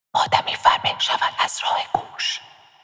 آدمی فربه شود از راه گوش.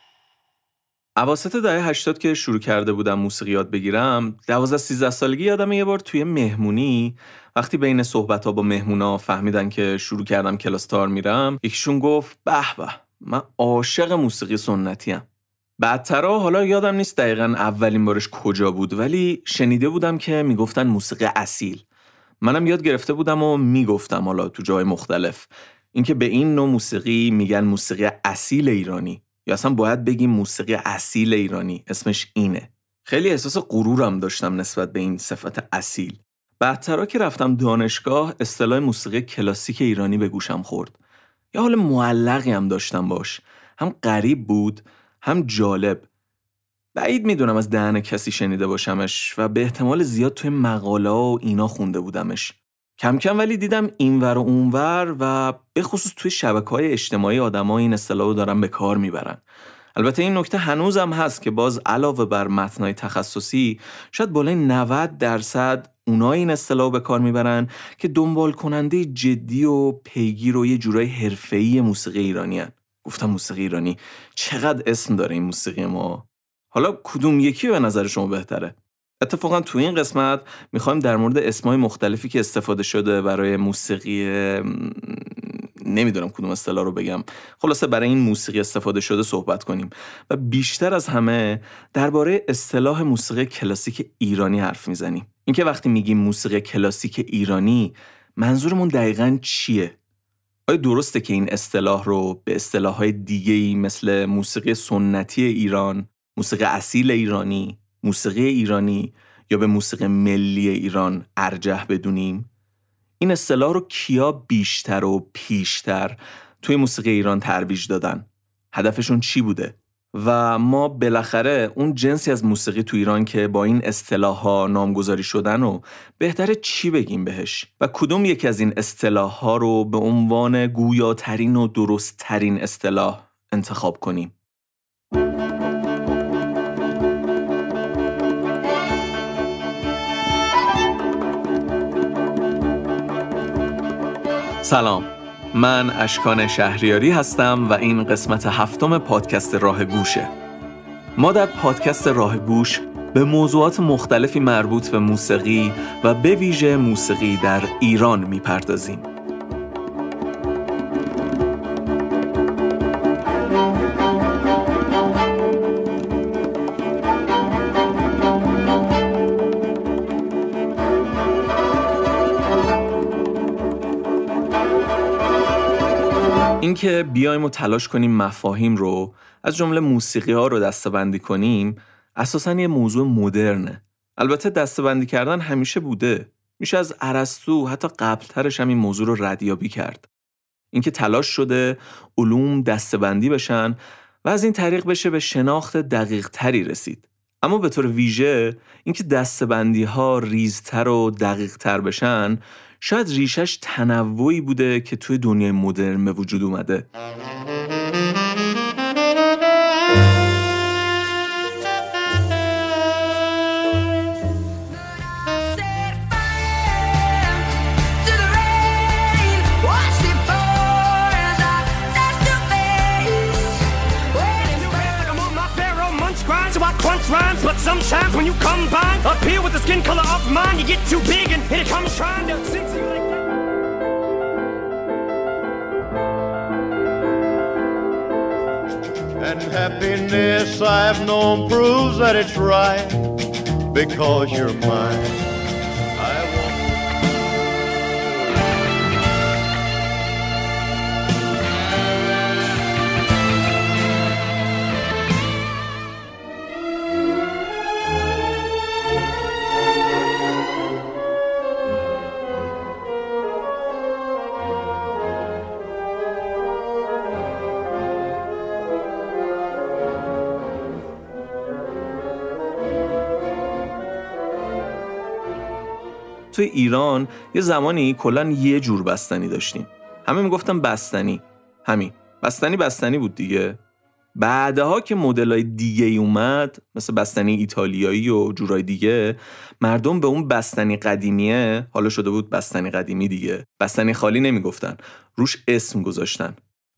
اواسط دهه 80 که شروع کرده بودم موسیقی یاد بگیرم، 12-13 سالگی یادمه یه بار توی مهمونی وقتی بین صحبت‌ها با مهمونا فهمیدن که شروع کردم کلاس تار میرم، یکیشون گفت به به، من عاشق موسیقی سنتیم. بعدترها حالا یادم نیست دقیقاً اولین بارش کجا بود، ولی شنیده بودم که میگفتن موسیقی اصیل. منم یاد گرفته بودم و میگفتم حالا تو جای مختلف. اینکه به این نوع موسیقی میگن موسیقی اصیل ایرانی، یا اصلا باید بگیم موسیقی اصیل ایرانی، اسمش اینه. خیلی احساس غرورم داشتم نسبت به این صفت اصیل. بعدترها که رفتم دانشگاه اصطلاح موسیقی کلاسیک ایرانی به گوشم خورد. یه حال معلقی هم داشتم باش. هم غریب بود، هم جالب. بعید میدونم از دهن کسی شنیده باشمش و به احتمال زیاد توی مقاله و اینا خونده بودمش. کم کم ولی دیدم اینور و اونور و به خصوص توی شبکه‌های اجتماعی آدم‌ها این اصطلاحو دارن به کار میبرن. البته این نکته هنوزم هست که باز علاوه بر متنای تخصصی شاید بالای 90% اونای این اصطلاحو به کار میبرن که دنبال کننده جدی و پیگیر و یه جورای حرفه‌ای موسیقی ایرانی هن. گفتم موسیقی ایرانی، چقدر اسم داره این موسیقی ما. حالا کدوم یکی به نظر شما بهتره؟ اتفاقا تو این قسمت میخوایم در مورد اسمای مختلفی که استفاده شده برای موسیقی، نمیدونم کدوم اصطلاح رو بگم، خلاصه برای این موسیقی استفاده شده صحبت کنیم و بیشتر از همه درباره اصطلاح موسیقی کلاسیک ایرانی حرف میزنیم. اینکه وقتی میگیم موسیقی کلاسیک ایرانی منظورمون دقیقاً چیه؟ آیا درسته که این اصطلاح رو به اصطلاح‌های دیگه‌ای مثل موسیقی سنتی ایران، موسیقی اصیل ایرانی، موسیقی ایرانی یا به موسیقی ملی ایران ارجح بدونیم؟ این اصطلاح رو کیا بیشتر و پیشتر توی موسیقی ایران ترویج دادن؟ هدفشون چی بوده؟ و ما بالاخره اون جنسی از موسیقی تو ایران که با این اصطلاح‌ها نامگذاری شدن و بهتره چی بگیم بهش؟ و کدوم یکی از این اصطلاح‌ها رو به عنوان گویاترین و درست‌ترین اصطلاح انتخاب کنیم؟ سلام، من اشکان شهریاری هستم و این قسمت 7 پادکست راه گوشه. ما در پادکست راه گوش به موضوعات مختلفی مربوط به موسیقی و به ویژه موسیقی در ایران میپردازیم. اینکه بیایم و تلاش کنیم مفاهیم رو از جمله موسیقی ها رو دسته‌بندی کنیم اساساً یه موضوع مدرنه. البته دسته‌بندی کردن همیشه بوده. میشه از ارسطو حتی قبلترش هم این موضوع رو ردیابی کرد. اینکه تلاش شده علوم دسته‌بندی بشن و از این طریق بشه به شناخت دقیق تری رسید. اما به طور ویژه اینکه دسته‌بندی ها ریزتر و دقیق تر بشن شاید ریشش تنوعی بوده که توی دنیای مدرن به وجود اومده. Rhymes, but sometimes when you combine up here with the skin color of mine, you get too big and here it comes trying to sing to you like that. And happiness I've known proves that it's right because you're mine. توی ایران یه زمانی کلاً یه جور بستنی داشتیم. همه میگفتن بستنی. همین. بستنی بود دیگه. بعدها که مدل‌های دیگه اومد مثل بستنی ایتالیایی و جورای دیگه، مردم به اون بستنی قدیمیه حالا شده بود بستنی قدیمی دیگه. بستنی خالی نمیگفتن. روش اسم گذاشتن.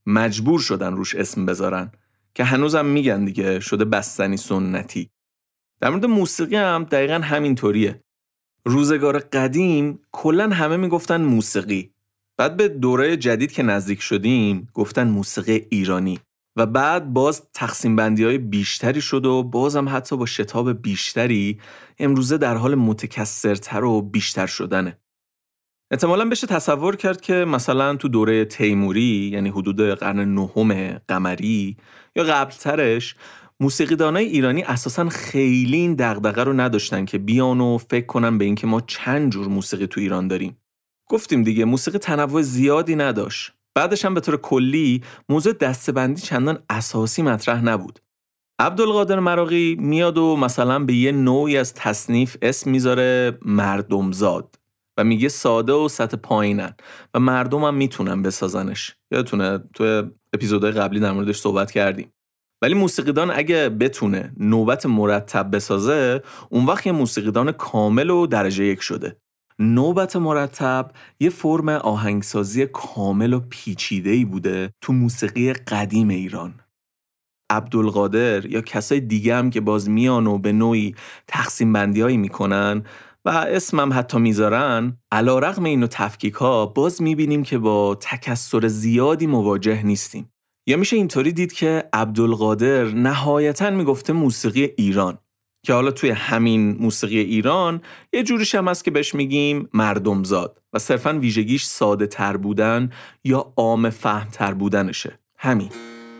مجبور شدن روش اسم بذارن که هنوزم میگن دیگه شده بستنی سنتی. در مورد موسیقی هم دقیقاً همینطوریه. روزگار قدیم کلاً همه میگفتن موسیقی. بعد به دوره جدید که نزدیک شدیم گفتن موسیقی ایرانی و بعد باز تقسیم بندی های بیشتری شد و بازم حتی با شتاب بیشتری امروزه در حال متکثرتر و بیشتر شدنه. احتمالاً بشه تصور کرد که مثلا تو دوره تیموری یعنی حدود قرن 9 قمری یا قبلترش موسیقیدانای ایرانی اساساً خیلی این دغدغه رو نداشتن که بیان و فکر کنن به این که ما چند جور موسیقی تو ایران داریم. گفتیم دیگه موسیقی تنوع زیادی نداشت. بعدش هم به طور کلی موضوع دسته‌بندی چندان اساسی مطرح نبود. عبدالقادر مراغی میاد و مثلا به یه نوعی از تصنیف اسم میذاره مردمزاد و میگه ساده و سطح پایینن و مردم هم میتونن بسازنش. یادتونه تو اپیزودهای قبلی در موردش صحبت کردیم. ولی موسیقیدان اگه بتونه نوبت مرتب بسازه اون وقت یه موسیقیدان کامل و درجه 1 شده. نوبت مرتب یه فرم آهنگسازی کامل و پیچیده‌ای بوده تو موسیقی قدیم ایران. عبدالقادر یا کسای دیگه هم که باز میان و به نوعی تقسیم بندی‌هایی میکنن و اسمم حتی میذارن، علیرغم اینو تفکیک‌ها باز میبینیم که با تکثر زیادی مواجه نیستیم. یا میشه اینطوری دید که عبدالقادر نهایتاً میگفته موسیقی ایران که حالا توی همین موسیقی ایران یه جوریش هم هست که بهش میگیم مردمزاد و صرفاً ویژگیش ساده تر بودن یا عام فهم تر بودنشه. همین.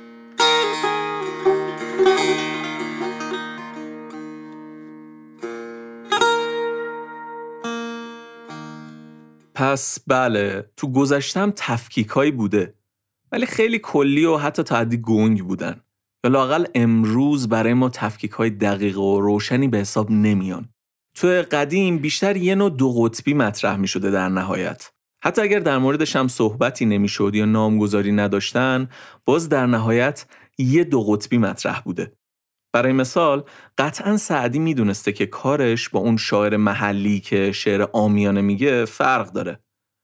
پس بله، تو گذشتم تفکیکایی بوده ولی خیلی کلی و حتی تا حدی گنگ بودن. یا لااقل امروز برای ما تفکیک‌های دقیق و روشنی به حساب نمیان. تو قدیم بیشتر یه نوع دو قطبی مطرح می‌شده در نهایت. حتی اگر در موردش هم صحبتی نمی‌شد یا نامگذاری نداشتن، باز در نهایت یه دو قطبی مطرح بوده. برای مثال قطعاً سعدی میدونسته که کارش با اون شاعر محلی که شعر عامیانه میگه فرق داره.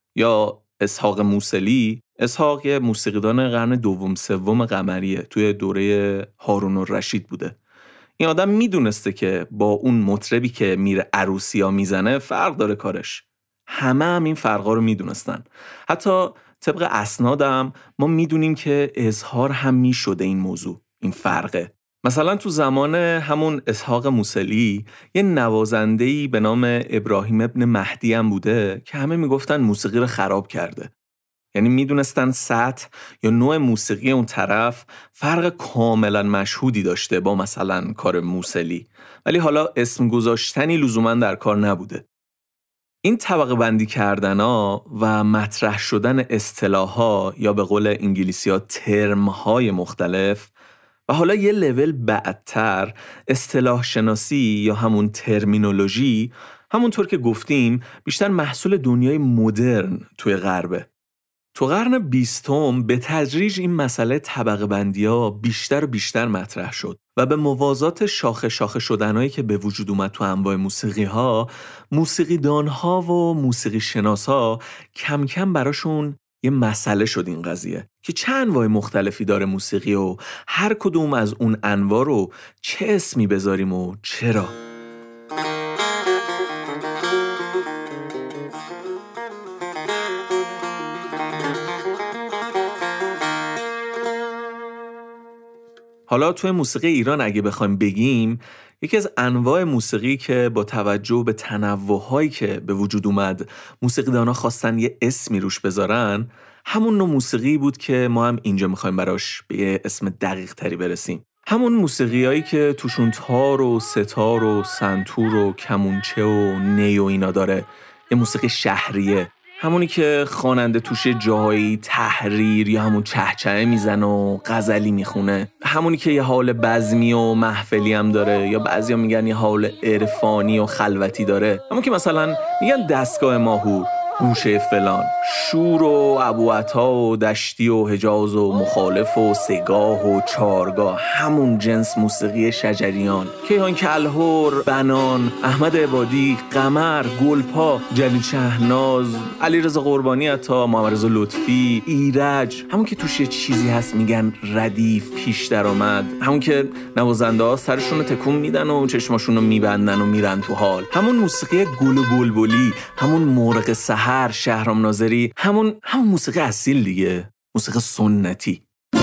یا اسحاق موصلی، اسحاق یه موسیقیدان قرن 2-3 قمریه، توی دوره هارون الرشید بوده. این آدم میدونسته که با اون مطربی که میره عروسیا میزنه فرق داره کارش. همه هم این فرقا رو میدونستن. حتی طبق اسنادم ما میدونیم که اظهار هم میشده این موضوع، این فرقه. مثلا تو زمان همون اسحاق موصلی یه نوازنده‌ای به نام ابراهیم ابن مهدی هم بوده که همه میگفتن موسیقی رو خراب کرده. یعنی میدونستن سطح یا نوع موسیقی اون طرف فرق کاملا مشهودی داشته با مثلا کار موصلی، ولی حالا اسم گذاشتنی لزوما در کار نبوده. این طبقه بندی کردن‌ها و مطرح شدن اصطلاح‌ها یا به قول انگلیسی‌ها ترم‌های مختلف و حالا یه لول بعدتر اصطلاح شناسی یا همون ترمینولوژی، همونطور که گفتیم بیشتر محصول دنیای مدرن توی غربه. تو قرن 20 به تدریج این مسئله طبقه بندی‌ها بیشتر و بیشتر مطرح شد و به موازات شاخه شاخه شدنایی که به وجود اومد تو انواع موسیقی‌ها، موسیقیدان‌ها و موسیقی شناس‌ها کم کم براشون یه مسئله شد این قضیه که چه انواع مختلفی داره موسیقی و هر کدوم از اون انواع رو چه اسمی بذاریم و چرا. حالا توی موسیقی ایران اگه بخوایم بگیم، یکی از انواع موسیقی که با توجه به تنوع‌هایی که به وجود اومد موسیقیدان‌ها خواستن یه اسمی روش بذارن، همون نوع موسیقی بود که ما هم اینجا می‌خوایم براش به یه اسم دقیق تری برسیم. همون موسیقیایی که توشون تار و ستار و سنتور و کمونچه و نی و اینا داره، یه موسیقی شهریه، همونی که خواننده توش جاهایی تحریر یا همون چهچهه میزنه و غزلی میخونه، همونی که یه حال بزمی و محفلی هم داره یا بعضیا میگن یه حال عرفانی و خلوتی داره، همون که مثلا میگن دستگاه ماهور گوشه فلان، شور و ابوعطا و دشتی و حجاز و مخالف و سگاه و چارگاه، همون جنس موسیقی شجریان، کیهان کلهر، بنان، احمد عبادی، قمر، گلپا، جلیل شهناز، علیرضا قربانی، عطا، محمد رضا لطفی، ایرج، همون که توش یه چیزی هست میگن ردیف پیش در آمد، همون که نوازنده ها سرشون رو تکون میدن و چشماشون رو میبندن و میرن تو حال، همون موسیقی گل و بلبلی، همون مرغ سحر شهرام ناظری، همون موسیقی اصیل دیگه، موسیقی سنتی.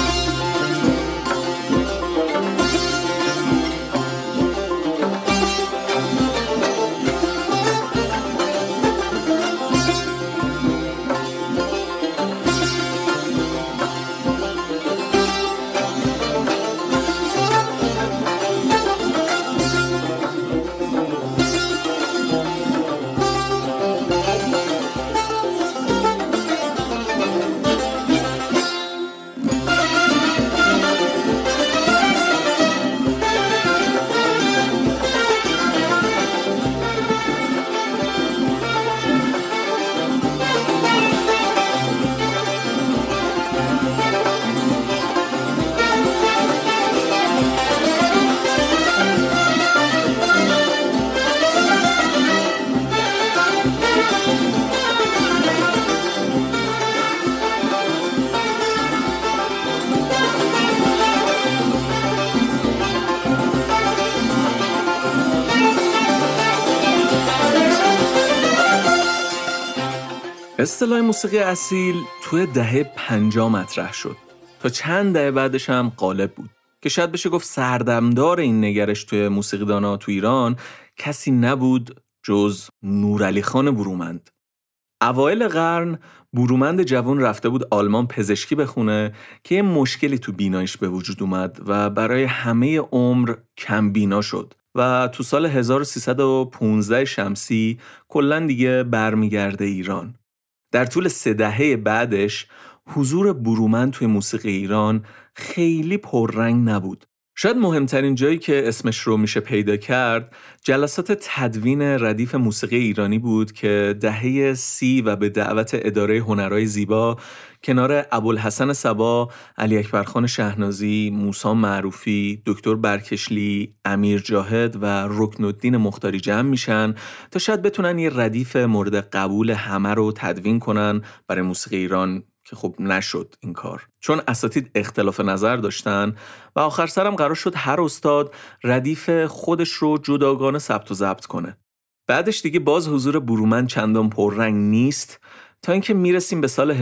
اصطلاح موسیقی اصیل توی دهه 50 مطرح شد. تا چند دهه بعدش هم غالب بود که شاید بشه گفت سردمدار این نگرش توی موسیقیدانا تو ایران کسی نبود جز نورعلی خان برومند. اوایل قرن برومند جوان رفته بود آلمان پزشکی بخونه که یه مشکلی تو بینایش به وجود اومد و برای همه عمر کم بینا شد و تو سال 1315 شمسی کلاً دیگه برمیگرده ایران. در طول 3 دهه بعدش حضور برومند توی موسیقی ایران خیلی پررنگ نبود. شاید مهمترین جایی که اسمش رو میشه پیدا کرد جلسات تدوین ردیف موسیقی ایرانی بود که دهه 30 و به دعوت اداره هنرهای زیبا کنار ابوالحسن صبا، علی اکبرخان شهنازی، موسی معروفی، دکتر برکشلی، امیر جاهد و رکنالدین مختاری جمع میشن تا شاید بتونن یه ردیف مورد قبول همه رو تدوین کنن برای موسیقی ایران که خب نشد این کار، چون اساتید اختلاف نظر داشتن و آخر سرم قرار شد هر استاد ردیف خودش رو جداگانه ثبت و ضبط کنه. بعدش دیگه باز حضور برومند چندان پررنگ نیست تا اینکه میرسیم به سال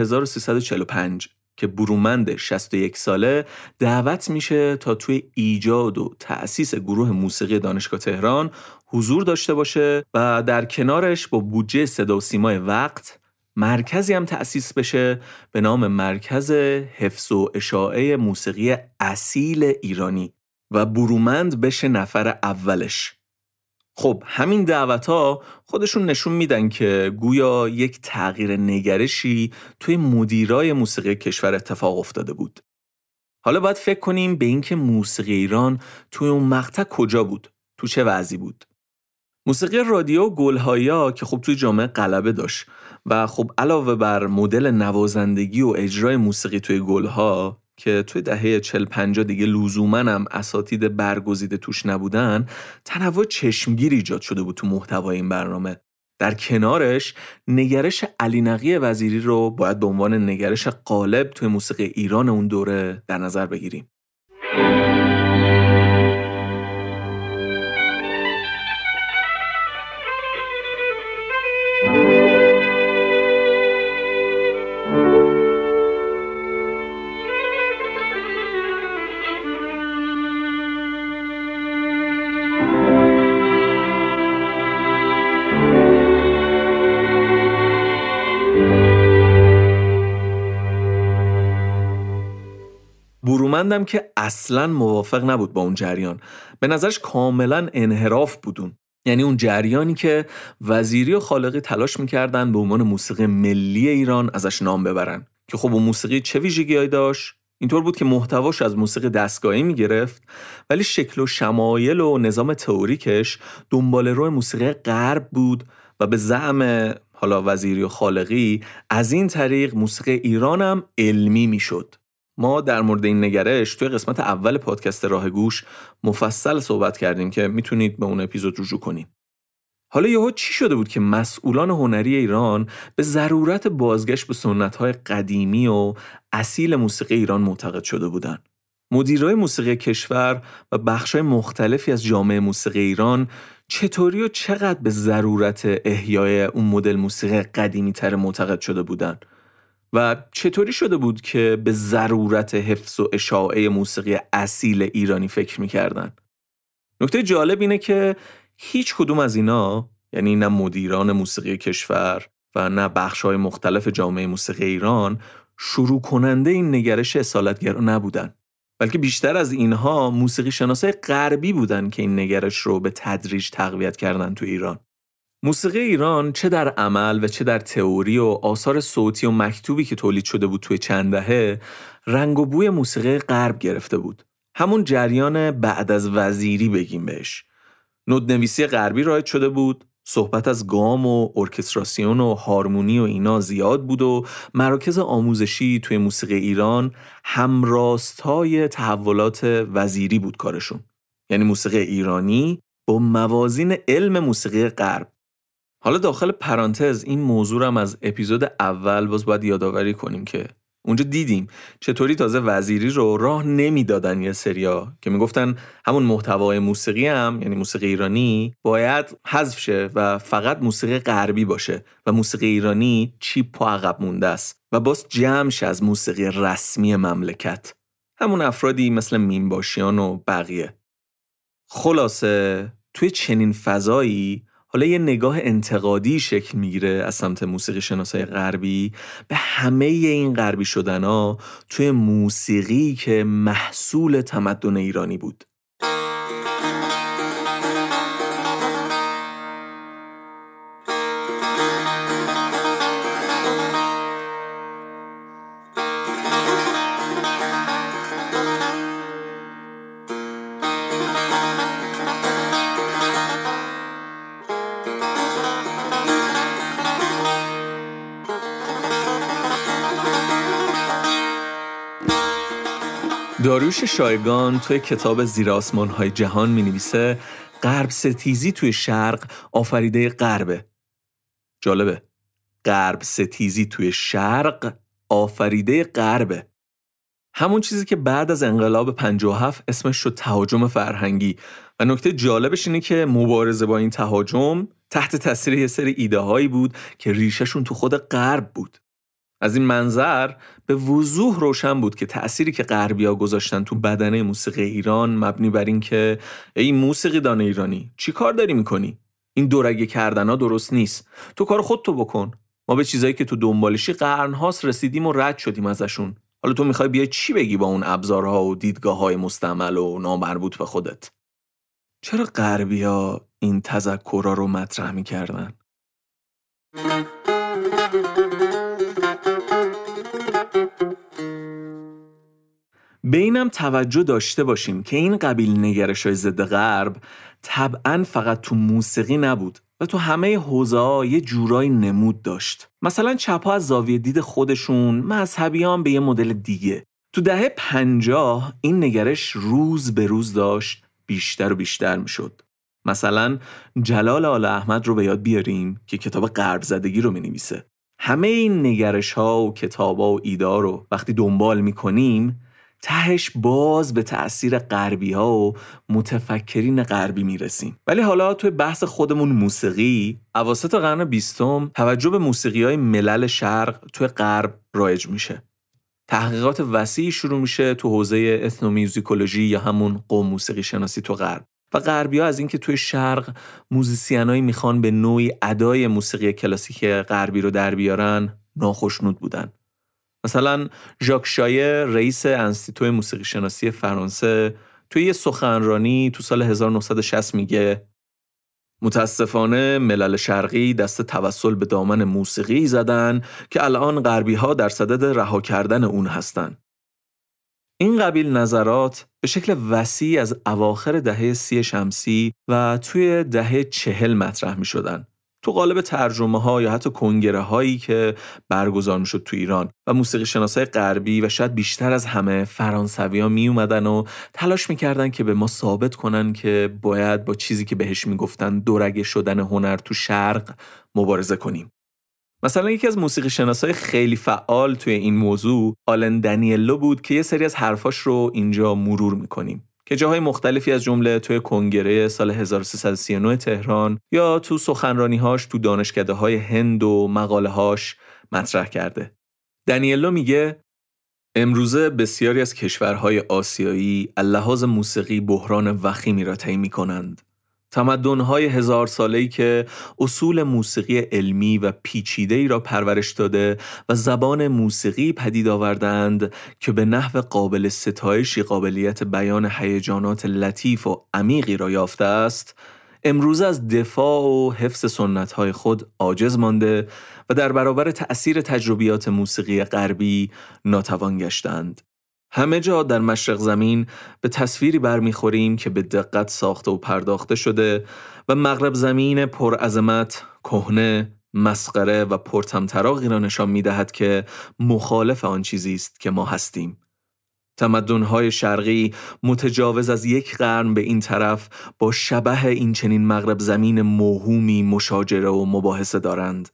1345 که برومند 61 ساله دعوت میشه تا توی ایجاد و تأسیس گروه موسیقی دانشگاه تهران حضور داشته باشه و در کنارش با بودجه صدا و سیمای وقت مرکزی هم تأسیس بشه به نام مرکز حفظ و اشاعه موسیقی اصیل ایرانی و برومند بشه نفر اولش. خب همین دعوت‌ها خودشون نشون میدن که گویا یک تغییر نگرشی توی مدیرای موسیقی کشور اتفاق افتاده بود. حالا باید فکر کنیم به اینکه موسیقی ایران توی اون مقطع کجا بود؟ تو چه وضعی بود؟ موسیقی رادیو گلهایا که خب توی جامعه غلبه داشت و خب علاوه بر مدل نوازندگی و اجرای موسیقی توی گلها که توی دهه 40-50 دیگه لزوماً هم اساتید برگزیده توش نبودن، تنوع چشمگیر ایجاد شده بود تو محتوای این برنامه. در کنارش نگرش علی نقی وزیری رو باید به عنوان نگرش غالب توی موسیقی ایران اون دوره در نظر بگیریم. برومندم که اصلاً موافق نبود با اون جریان. به نظرش کاملاً انحراف بودون. یعنی اون جریانی که وزیری و خالقی تلاش میکردن به عنوان موسیقی ملی ایران ازش نام ببرن که خب اون موسیقی چه ویژگی‌هایی داشت؟ اینطور بود که محتواش از موسیقی دستگاهی میگرفت ولی شکل و شمایل و نظام تئوریکش دنبال روی موسیقی غرب بود و به زعم حالا وزیری و خالقی، از این طریق موسیقی ایران هم علمی میشد. ما در مورد این نگرش توی قسمت اول پادکست راه گوش مفصل صحبت کردیم که میتونید به اون اپیزود رجوع کنید. حالا یهو چی شده بود که مسئولان هنری ایران به ضرورت بازگشت به سنت‌های قدیمی و اصیل موسیقی ایران معتقد شده بودن؟ مدیرای موسیقی کشور و بخش‌های مختلفی از جامعه موسیقی ایران چطوری و چقدر به ضرورت احیای اون مدل موسیقی قدیمی‌تر معتقد شده بودن؟ و چطوری شده بود که به ضرورت حفظ و اشاعه موسیقی اصیل ایرانی فکر می‌کردن؟ نکته جالب اینه که هیچ کدوم از اینا، یعنی نه مدیران موسیقی کشور و نه بخش‌های مختلف جامعه موسیقی ایران، شروع کننده این نگرش اصالتگرا نبودن، بلکه بیشتر از اینها موسیقی شناسای غربی بودن که این نگرش رو به تدریج تقویت کردن تو ایران. موسیقی ایران چه در عمل و چه در تئوری و آثار صوتی و مکتوبی که تولید شده بود توی چند دهه، رنگ و بوی موسیقی غرب گرفته بود. همون جریان بعد از وزیری بگیم بهش. نوت‌نویسی غربی رایج شده بود، صحبت از گام و ارکستراسیون و هارمونی و اینا زیاد بود و مراکز آموزشی توی موسیقی ایران همراستای تحولات وزیری بود کارشون. یعنی موسیقی ایرانی با موازین علم موسیقی غرب. حالا داخل پرانتز این موضوع هم از اپیزود اول باید یادآوری کنیم که اونجا دیدیم چطوری تازه وزیری رو راه نمیدادن یه سریا که میگفتن همون محتوای موسیقی هم، یعنی موسیقی ایرانی، باید حذف شه و فقط موسیقی غربی باشه و موسیقی ایرانی چیپ و عقب مونده است و باز جمع شه از موسیقی رسمی مملکت. همون افرادی مثل مینباشیان و بقیه. خلاصه توی چنین فضایی حالا یه نگاه انتقادی شکل میگیره از سمت موسیقی شناسای غربی به همه این غربی شدن‌ها توی موسیقی که محصول تمدن ایرانی بود. داریوش شایگان توی کتاب زیر آسمان‌های جهان می‌نویسه غرب ستیزی توی شرق آفریده غربه. جالبه. غرب ستیزی توی شرق آفریده غربه. همون چیزی که بعد از انقلاب 57 اسمش شد تهاجم فرهنگی و نکته جالبش اینه که مبارزه با این تهاجم تحت تاثیر یه سری ایده‌هایی بود که ریشه‌شون تو خود غرب بود. از این منظر به وضوح روشن بود که تأثیری که غربی‌ها گذاشتن تو بدنه موسیقی ایران مبنی بر این که ای موسیقی دان ایرانی چی کار داری میکنی؟ این دورگه کردنها درست نیست. تو کار خودتو بکن. ما به چیزایی که تو دنبالشی قرن‌هاست رسیدیم و رد شدیم ازشون. حالا تو میخوای بیای چی بگی با اون ابزارها و دیدگاه‌های مستعمل و نامربوط به خودت؟ چرا غربی‌ها این تذکرها رو مطرح میکردن؟ به اینم توجه داشته باشیم که این قبیل نگرش‌های ضد غرب طبعاً فقط تو موسیقی نبود و تو همه حوزه‌ها یه جورایی نمود داشت. مثلا چپ‌ها از زاویه دید خودشون، مذهبیان به یه مدل دیگه. تو دهه 50 این نگرش روز به روز داشت بیشتر و بیشتر میشد. مثلا جلال آل احمد رو به یاد بیاریم که کتاب غرب زدگی رو می‌نویسه. همه این نگرش‌ها و کتاب‌ها و ایده‌ها رو وقتی دنبال می‌کنیم تهش باز به تأثیر غربی‌ها و متفکرین غربی میرسیم. ولی حالا توی بحث خودمون موسیقی، اواسط قرن 20 توجه به موسیقی‌های ملل شرق توی غرب رایج میشه. تحقیقات وسیعی شروع میشه تو حوزه اتنومیوزیکولوژی یا همون قوم موسیقی شناسی تو غرب. و غربی‌ها از اینکه توی شرق موزیسینایی میخوان به نوعی ادای موسیقی کلاسیک غربی رو در بیارن ناخشنود بودن. مثلا ژاک شایر رئیس انستیتوی موسیقی شناسی فرانسه توی یه سخنرانی تو سال 1960 میگه متاسفانه ملل شرقی دست توسل به دامن موسیقی زدن که الان غربی‌ها در صدد رها کردن اون هستن. این قبیل نظرات به شکل وسیع از اواخر دهه 30 شمسی و توی دهه 40 مطرح می شدن تو قالب ترجمه‌ها یا حتی کنگره‌هایی که برگزار می‌شد تو ایران و موسیقی شناسای غربی و شاید بیشتر از همه فرانسوی‌ها می اومدن و تلاش می‌کردن که به ما ثابت کنن که باید با چیزی که بهش میگفتن دورگه شدن هنر تو شرق مبارزه کنیم. مثلا یکی از موسیقی شناسای خیلی فعال توی این موضوع آلن دنیلو بود که یه سری از حرفاش رو اینجا مرور می‌کنیم که جاهای مختلفی از جمله توی کنگره سال 1339 تهران یا تو سخنرانی‌هاش تو دانشکده‌های هند و مقاله‌هاش مطرح کرده. دنیلو میگه امروزه بسیاری از کشورهای آسیایی از لحاظ موسیقی بحران وخیمی را طی می‌کنند. تمدن‌های 1000 ساله‌ای که اصول موسیقی علمی و پیچیده‌ای را پرورش داده و زبان موسیقی پدید آوردند که به نحو قابل ستایشی قابلیت بیان هیجانات لطیف و عمیقی را یافته است، امروز از دفاع و حفظ سنت‌های خود عاجز مانده و در برابر تأثیر تجربیات موسیقی غربی ناتوان گشتند. همه جا در مشرق زمین به تصویری برمیخوریم که به دقت ساخته و پرداخته شده و مغرب زمین پرعظمت، کهنه، مسخره و پرطمطراقی را نشان می‌دهد که مخالف آن چیزی است که ما هستیم. تمدن‌های شرقی متجاوز از یک قرن به این طرف با شبح این چنین مغرب زمین موهومی مشاجره و مباحثه دارند.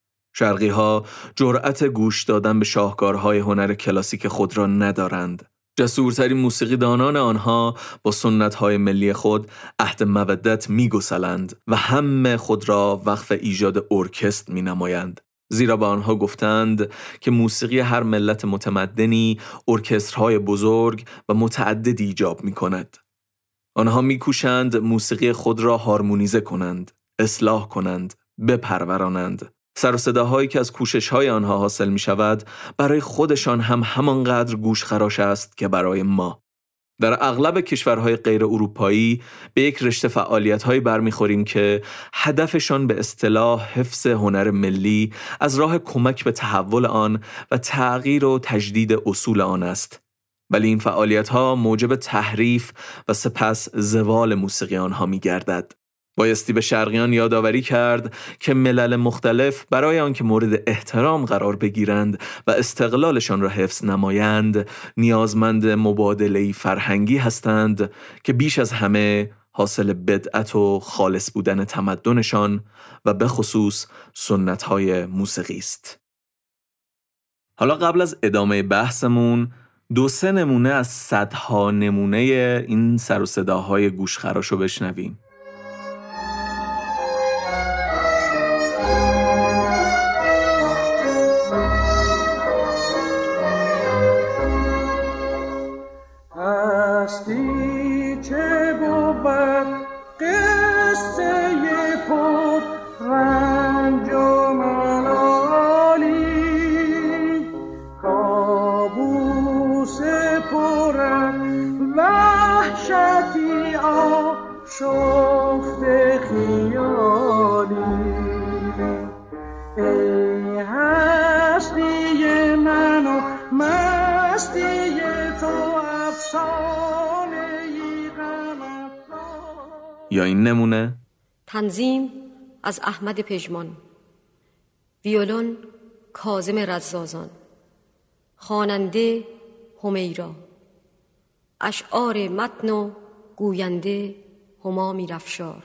شرقی‌ها جرأت گوش دادن به شاهکارهای هنر کلاسیک خود را ندارند. جسورترین موسیقیدانان آنها با سنت‌های ملی خود عهد مودت می‌گسلند و همه خود را وقف ایجاد ارکستر می‌نمایند. زیرا به آنها گفتند که موسیقی هر ملت متمدنی ارکسترهای بزرگ و متعددی ایجاب می‌کند. آنها می‌کوشند موسیقی خود را هارمونیزه کنند، اصلاح کنند، بپرورانند. سر و صداهایی که از کوشش‌های آنها حاصل می‌شود برای خودشان هم همانقدر گوشخراش است که برای ما. در اغلب کشورهای غیر اروپایی به یک رشته فعالیت‌هایی برمیخوریم که هدفشان به اصطلاح حفظ هنر ملی از راه کمک به تحول آن و تغییر و تجدید اصول آن است. ولی این فعالیت‌ها موجب تحریف و سپس زوال موسیقی آنها می‌گردد. بایستی به شرقیان یادآوری کرد که ملل مختلف برای آنکه مورد احترام قرار بگیرند و استقلالشان را حفظ نمایند نیازمند مبادله‌ای فرهنگی هستند که بیش از همه حاصل بدعت و خالص بودن تمدنشان و به خصوص سنت‌های موسیقی است. حالا قبل از ادامه بحثمون 2-3 نمونه از صدها نمونه این سر و صداهای گوشخراش رو بشنویم. یا این نمونه تنظیم از احمد پژمان، ویولون کاظم رزازان، خواننده همیرا، اشعار متن و گوینده هما میرافشار.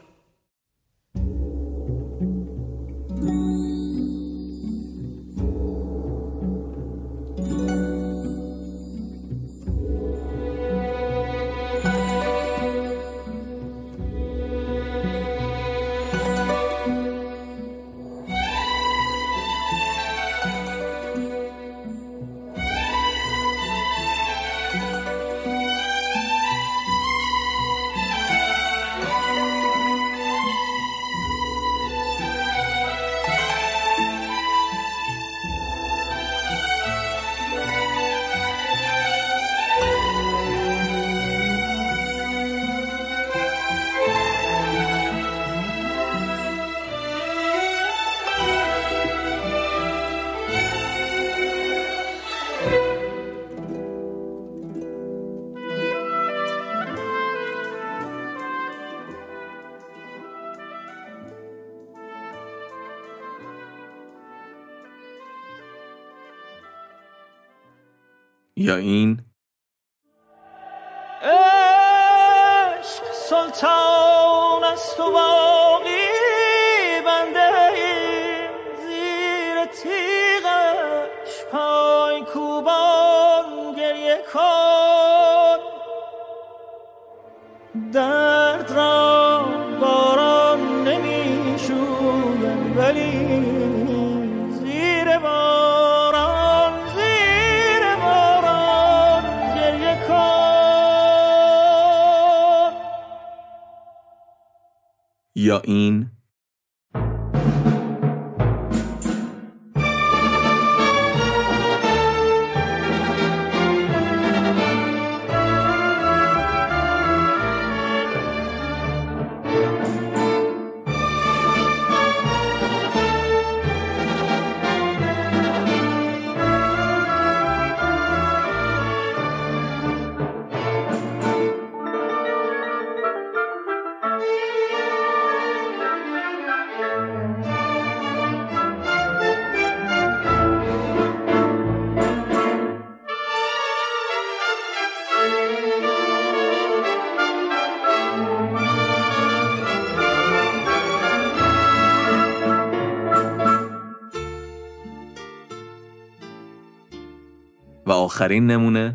یا این عشق سلطان است و باقی بنده ایم، زیر تیغش پای کوبان گریه کن. درد را باران نمی شوید ولی زیر باران گریه کن. یا این و آخرین نمونه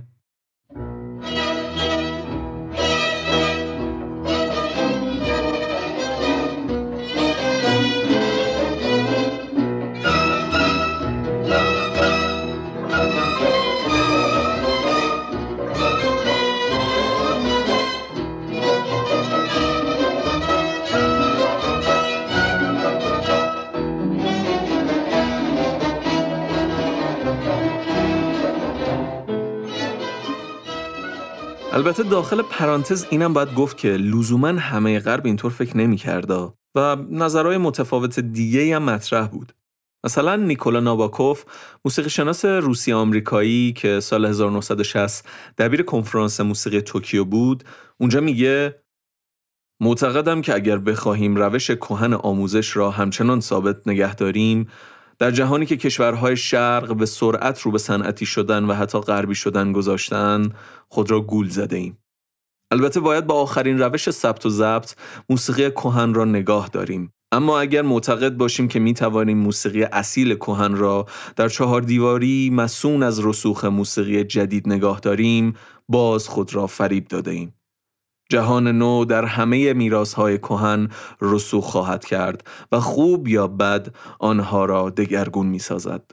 البته داخل پرانتز اینم باید گفت که لزوماً همه غرب اینطور فکر نمی‌کرده و نظرهای متفاوت دیگه‌ای هم مطرح بود. مثلا نیکولا ناباکوف، موسیقی‌شناس روسی آمریکایی که سال 1960 دبیر کنفرانس موسیقی توکیو بود، اونجا میگه معتقدم که اگر بخواهیم روش کهن آموزش را همچنان ثابت نگه داریم، در جهانی که کشورهای شرق به سرعت رو به صنعتی شدن و حتی غربی شدن گذاشتن، خود را گول زده ایم. البته باید با آخرین روش ثبت و ضبط موسیقی کهن را نگاه داریم. اما اگر معتقد باشیم که می توانیم موسیقی اصیل کهن را در 4 دیواری مصون از رسوخ موسیقی جدید نگاه داریم، باز خود را فریب داده ایم. جهان نو در همه میراث‌های کهن رسوخ خواهد کرد و خوب یا بد آنها را دگرگون می‌سازد.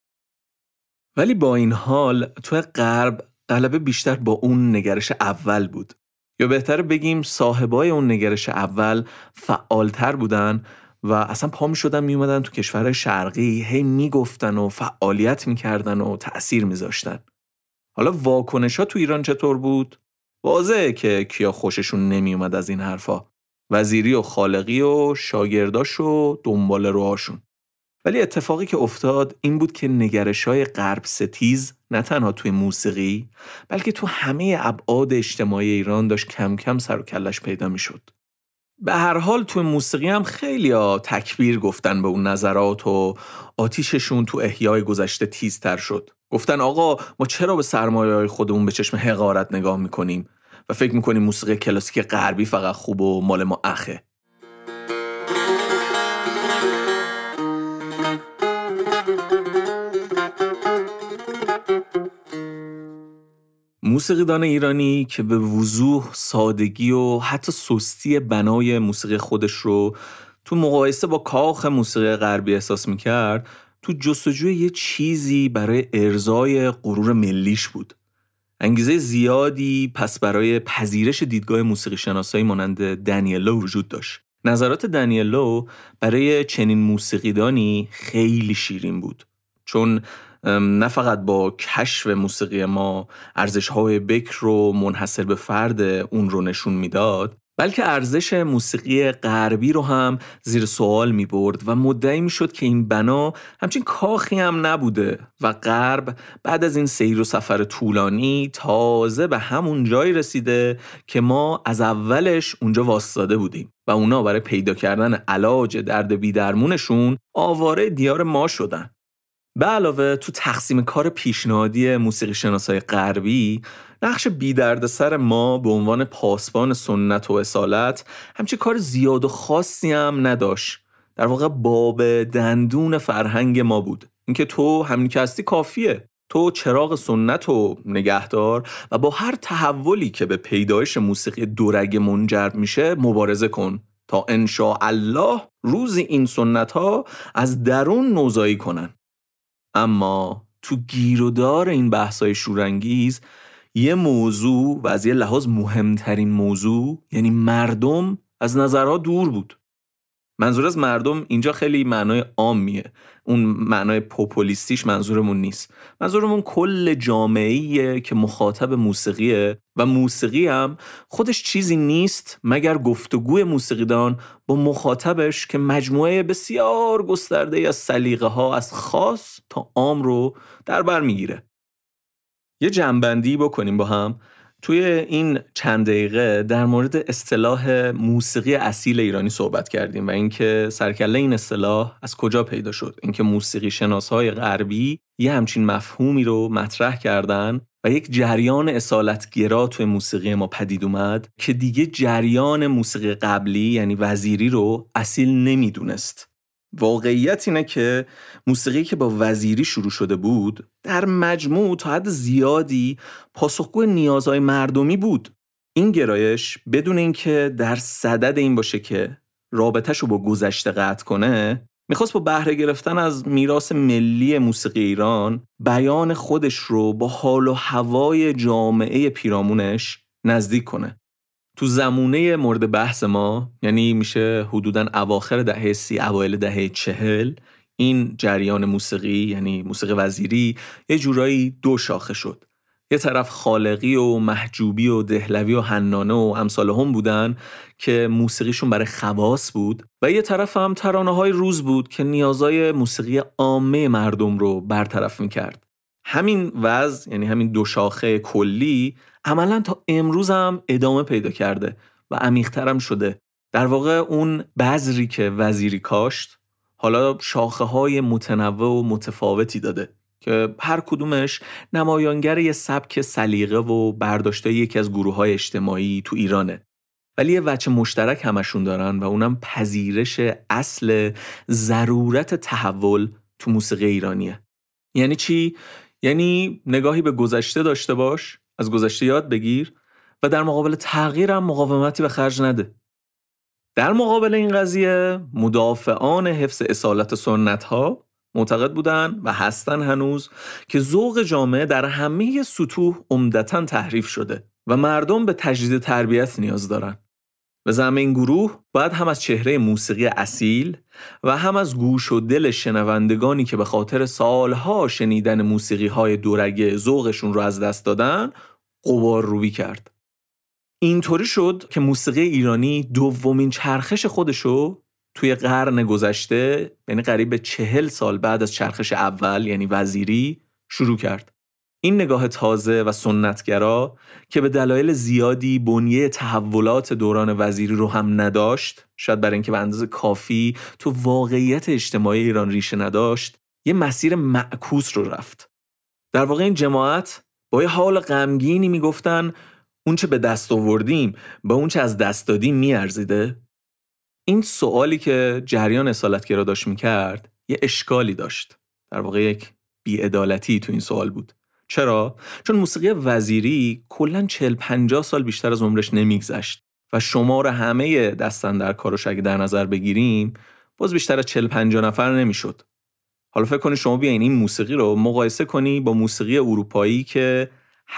ولی با این حال توی غرب غلبه بیشتر با اون نگرش اول بود. یا بهتره بگیم صاحبای اون نگرش اول فعالتر بودن و اصلا پا می‌شدن میومدن تو کشورهای شرقی هی میگفتن و فعالیت می‌کردن و تأثیر می‌ذاشتن. حالا واکنش‌ها تو ایران چطور بود؟ واضحه که کیا خوششون نمی اومد از این حرفا. وزیری و خالقی و شاگرداش و دنبال روهاشون. ولی اتفاقی که افتاد این بود که نگرش‌های غرب ستیز نه تنها توی موسیقی بلکه تو همه ابعاد اجتماعی ایران داشت کم کم سر و کلش پیدا میشد. به هر حال توی موسیقی هم خیلیا تکبیر گفتن به اون نظرات و آتیششون تو احیای گذشته تیزتر شد. گفتن آقا ما چرا به سرمایه‌های خودمون به چشم حقارت نگاه میکنیم و فکر میکنیم موسیقی کلاسیک غربی فقط خوب و مال ما اخه. موسیقیدان ایرانی که به وضوح سادگی و حتی سستی بنای موسیقی خودش رو تو مقایسه با کاخ موسیقی غربی احساس میکرد، تو جستجوی یه چیزی برای ارضای غرور ملیش بود. انگیزه زیادی پس برای پذیرش دیدگاه موسیقی شناسایی مانند دنیلو وجود داشت. نظرات دنیلو برای چنین موسیقیدانی خیلی شیرین بود، چون نه فقط با کشف موسیقی ما ارزش‌های بکر و منحصر به فرد اون رو نشون میداد، بلکه ارزش موسیقی غربی رو هم زیر سوال می برد و مدعی می شد که این بنا همچین کاخی هم نبوده و غرب بعد از این سیر و سفر طولانی تازه به همون جایی رسیده که ما از اولش اونجا واسطاده بودیم و اونا برای پیدا کردن علاج درد بی‌درمونشون آواره دیار ما شدن. به علاوه تو تقسیم کار پیشنهادی موسیقی شناسای غربی نقش بی‌دردسر ما به عنوان پاسبان سنت و اصالت همچین کار زیاد و خاصی هم نداشت. در واقع باب دندون فرهنگ ما بود. اینکه تو همین که هستی کافیه. تو چراغ سنت رو نگهدار و با هر تحولی که به پیدایش موسیقی دورگ منجر میشه مبارزه کن تا انشاءالله روزی این سنت ها از درون نوزایی کنن. اما تو گیرودار این بحثای شورانگیز یه موضوع و از یه لحاظ مهمترین موضوع، یعنی مردم، از نظرها دور بود. منظور از مردم اینجا خیلی معنای عامیه، اون معنای پوپولیستیش منظورمون نیست. منظورمون کل جامعه‌ایه که مخاطب موسیقیه و موسیقی هم خودش چیزی نیست مگر گفتگوی موسیقیدان با مخاطبش که مجموعه بسیار گسترده از سلیقه‌ها از خاص تا عام رو در بر میگیره. یه جمع‌بندی بکنیم با هم. توی این چند دقیقه در مورد اصطلاح موسیقی اصیل ایرانی صحبت کردیم و اینکه سرکله این اصطلاح از کجا پیدا شد. اینکه موسیقی شناسای غربی یه همچین مفهومی رو مطرح کردن و یک جریان اصالتگرا توی موسیقی ما پدید اومد که دیگه جریان موسیقی قبلی یعنی وزیری رو اصیل نمیدونست. واقعیت اینه که موسیقی که با وزیری شروع شده بود در مجموع تا حد زیادی پاسخگوی نیازهای مردمی بود. این گرایش بدون اینکه در صدد این باشه که رابطه‌شو با گذشته قطع کنه، میخواست با بهره گرفتن از میراث ملی موسیقی ایران بیان خودش رو با حال و هوای جامعه پیرامونش نزدیک کنه. تو زمونه مورد بحث ما، یعنی میشه حدوداً اواخر دهه 30 اوایل دهه 40، این جریان موسیقی یعنی موسیقی وزیری یه جورایی دو شاخه شد. یه طرف خالقی و محجوبی و دهلوی و حنانه و امثال هم بودن که موسیقیشون برای خواص بود و یه طرف هم ترانه‌های روز بود که نیازهای موسیقی عامه مردم رو برطرف میکرد. همین وضع یعنی همین دو شاخه کلی عملاً تا امروز هم ادامه پیدا کرده و عمیق‌ترم شده. در واقع اون بذری که وزیری کاشت حالا شاخه‌های متنوع و متفاوتی داده که هر کدومش نمایانگر یه سبک سلیقه و برداشته یکی از گروه‌های اجتماعی تو ایرانه. ولی یه وجه مشترک همشون دارن و اونم پذیرش اصل ضرورت تحول تو موسیقی ایرانیه. یعنی چی؟ یعنی نگاهی به گذشته داشته باش، از گذشته یاد بگیر و در مقابل تغییر هم مقاومتی به خرج نده. در مقابل این قضیه مدافعان حفظ اصالت سنت‌ها معتقد بودن و هستن هنوز که ذوق جامعه در همه سطوح عمدتاً تحریف شده و مردم به تجدید تربیت نیاز دارن. به زعم این گروه باید هم از چهره موسیقی اصیل و هم از گوش و دل شنوندگانی که به خاطر سالها شنیدن موسیقی‌های دورگه ذوقشون رو از دست دادن غبار روبی کرد. اینطوری شد که موسیقی ایرانی دومین چرخش خودشو توی قرن گذشته، یعنی قریب 40 سال بعد از چرخش اول یعنی وزیری، شروع کرد. این نگاه تازه و سنتگرا که به دلایل زیادی بنیه تحولات دوران وزیری رو هم نداشت، شاید برای اینکه به اندازه کافی تو واقعیت اجتماعی ایران ریشه نداشت، یه مسیر معکوس رو رفت. در واقع این جماعت با یه حال غمگینی میگفتن اون چه به دست آوردیم با اون چه از دست دادیم میارزیده؟ این سوالی که جریان اصالتگرا داشت میکرد یه اشکالی داشت. در واقع یک بی‌عدالتی تو این سوال بود. چرا؟ چون موسیقی وزیری کلاً 40-50 سال بیشتر از عمرش نمیگذشت و شمار همه دستاندرکارش اگه در نظر بگیریم باز بیشتر از 40-50 نفر نمیشد. حالا فکر کنی شما بیاین این موسیقی رو مقایسه کنی با موسیقی اروپایی که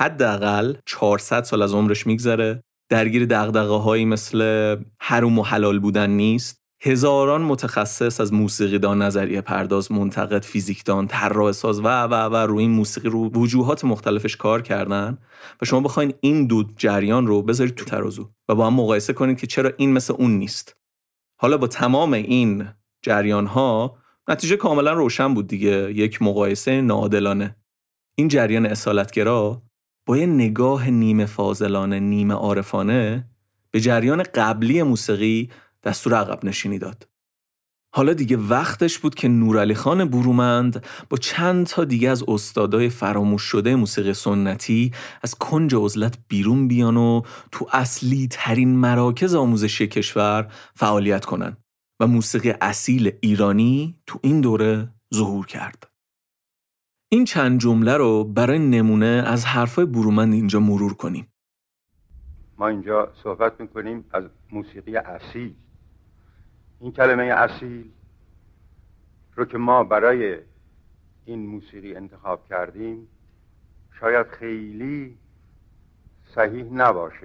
حداقل 400 سال از عمرش میگذره، درگیر دغدغه‌هایی مثل حرام و حلال بودن نیست، هزاران متخصص از موسیقیدان، نظریه پرداز، منتقد، فیزیکدان، طراح ساز و روی این موسیقی رو وجوهات مختلفش کار کردن و شما بخواین این دو جریان رو بذارید تو ترازو و با هم مقایسه کنید که چرا این مثل اون نیست. حالا با تمام این جریان‌ها نتیجه کاملا روشن بود دیگه، یک مقایسه ناعادلانه. این جریان اصالتگرا با یه نگاه نیمه فاضلانه نیمه عارفانه به جریان قبلی موسیقی دستور عقب نشینی داد. حالا دیگه وقتش بود که نورعلی خان برومند با چند تا دیگه از استادای فراموش شده موسیقی سنتی از کنج عزلت بیرون بیان و تو اصلی ترین مراکز آموزشی کشور فعالیت کنن و موسیقی اصیل ایرانی تو این دوره ظهور کرد. این چند جمله رو برای نمونه از حرفای برومند اینجا مرور کنیم. ما اینجا صحبت میکنیم از موسیقی اصیل. این کلمه اصیل رو که ما برای این موسیقی انتخاب کردیم شاید خیلی صحیح نباشه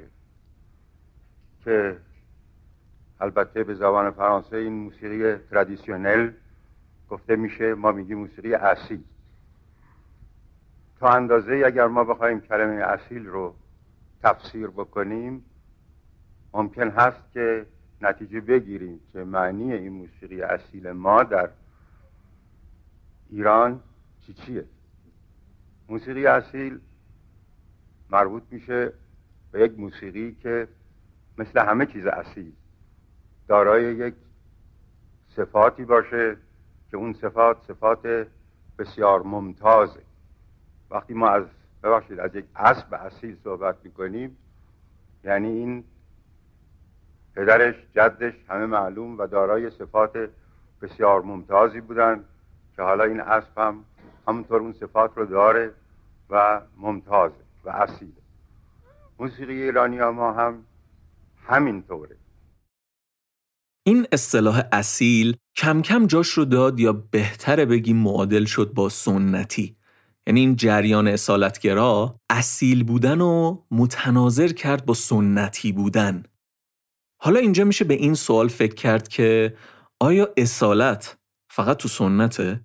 که البته به زبان فرانسه این موسیقی ترادیسیونل گفته میشه، ما میگیم موسیقی اصیل. تا اندازه اگر ما بخوایم کلمه اصیل رو تفسیر بکنیم ممکن هست که نتیجه بگیریم که معنی این موسیقی اصیل ما در ایران چیه. موسیقی اصیل مربوط میشه به یک موسیقی که مثل همه چیز اصیل دارای یک صفاتی باشه که اون صفات بسیار ممتازه. وقتی ما از یک اسب اصیل صحبت میکنیم یعنی این پدرش، جدش همه معلوم و دارای صفات بسیار ممتازی بودن که حالا این اسب هم همونطور اون صفات رو داره و ممتازه و اصیله. موسیقی ایرانی ما هم همینطوره. این اصطلاح اصیل کم کم جاش رو داد یا بهتره بگیم معادل شد با سنتی. یعنی این جریان اصالتگرا اصیل بودن و متناظر کرد با سنتی بودن. حالا اینجا میشه به این سوال فکر کرد که آیا اصالت فقط تو سنته؟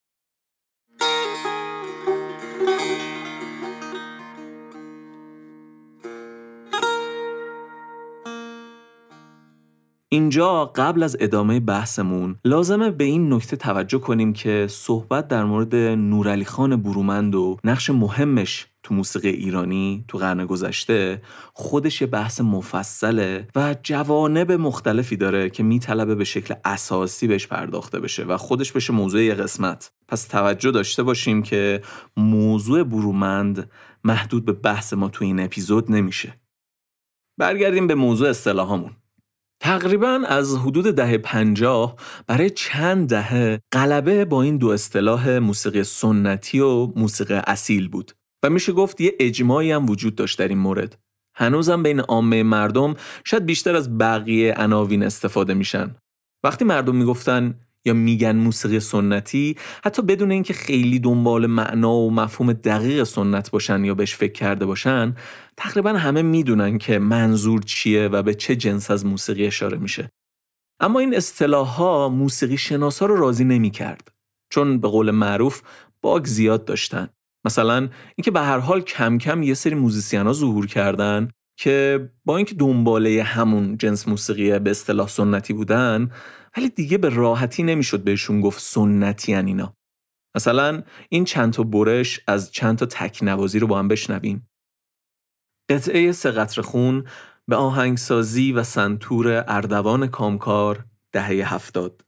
اینجا قبل از ادامه بحثمون لازمه به این نکته توجه کنیم که صحبت در مورد نورعلی خان برومند و نقش مهمش تو موسیقی ایرانی تو قرن گذشته خودش یه بحث مفصله و جوانب مختلفی داره که میطلبه به شکل اساسی بهش پرداخته بشه و خودش بشه موضوع یه قسمت. پس توجه داشته باشیم که موضوع برومند محدود به بحث ما تو این اپیزود نمیشه. برگردیم به موضوع اصطلاحامون. تقریباً از حدود دهه 50 برای چند دهه غلبه با این دو اصطلاح موسیقی سنتی و موسیقی اصیل بود و میشه گفت یه اجماعی هم وجود داشت در این مورد. هنوزم بین عامه مردم شاید بیشتر از بقیه عناوین استفاده میشن. وقتی مردم میگفتن یا میگن موسیقی سنتی، حتی بدون اینکه خیلی دنبال معنا و مفهوم دقیق سنت باشن یا بهش فکر کرده باشن، تقریبا همه میدونن که منظور چیه و به چه جنس از موسیقی اشاره میشه. اما این اصطلاح‌ها موسیقی شناسا رو راضی نمی‌کرد، چون به قول معروف باگ زیاد داشتن. مثلا اینکه به هر حال کم کم یه سری موزیسین‌ها ظهور کردن که با اینکه دنباله همون جنس موسیقی به اصطلاح سنتی بودن، ولی دیگه به راحتی نمیشد بهشون گفت سنتی ان اینا. مثلا این چند تا برش از چند تا تکنوازی رو با هم بشنویم. قطعه 3 قطره خون به آهنگسازی و سنتور اردوان کامکار دهه 70.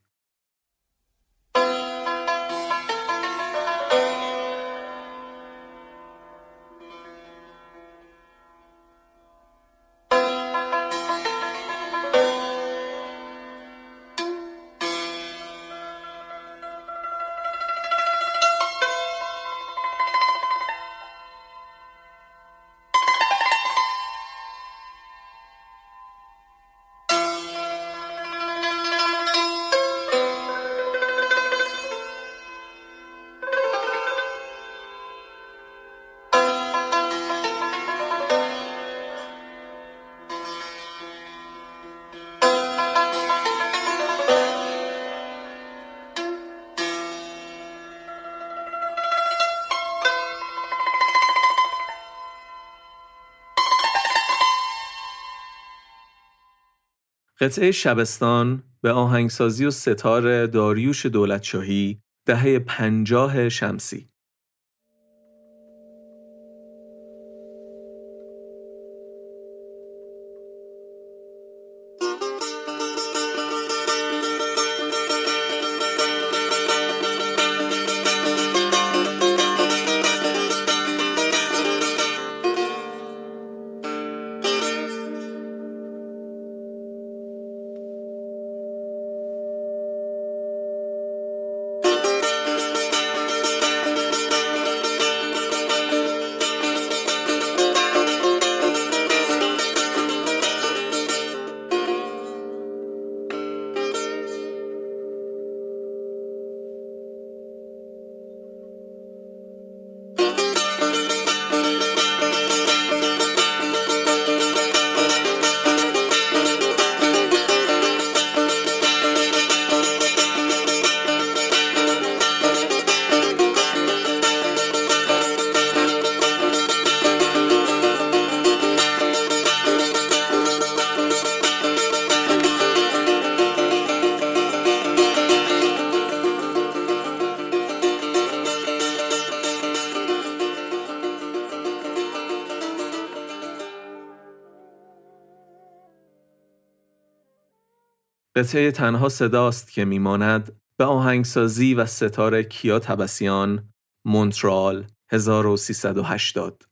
قطعه شبستان به آهنگسازی و ستار داریوش دولتشاهی دهه 50 شمسی. قطعه تنها صداست که میماند به آهنگسازی و ستار کیا طبسیان، مونترال 1380.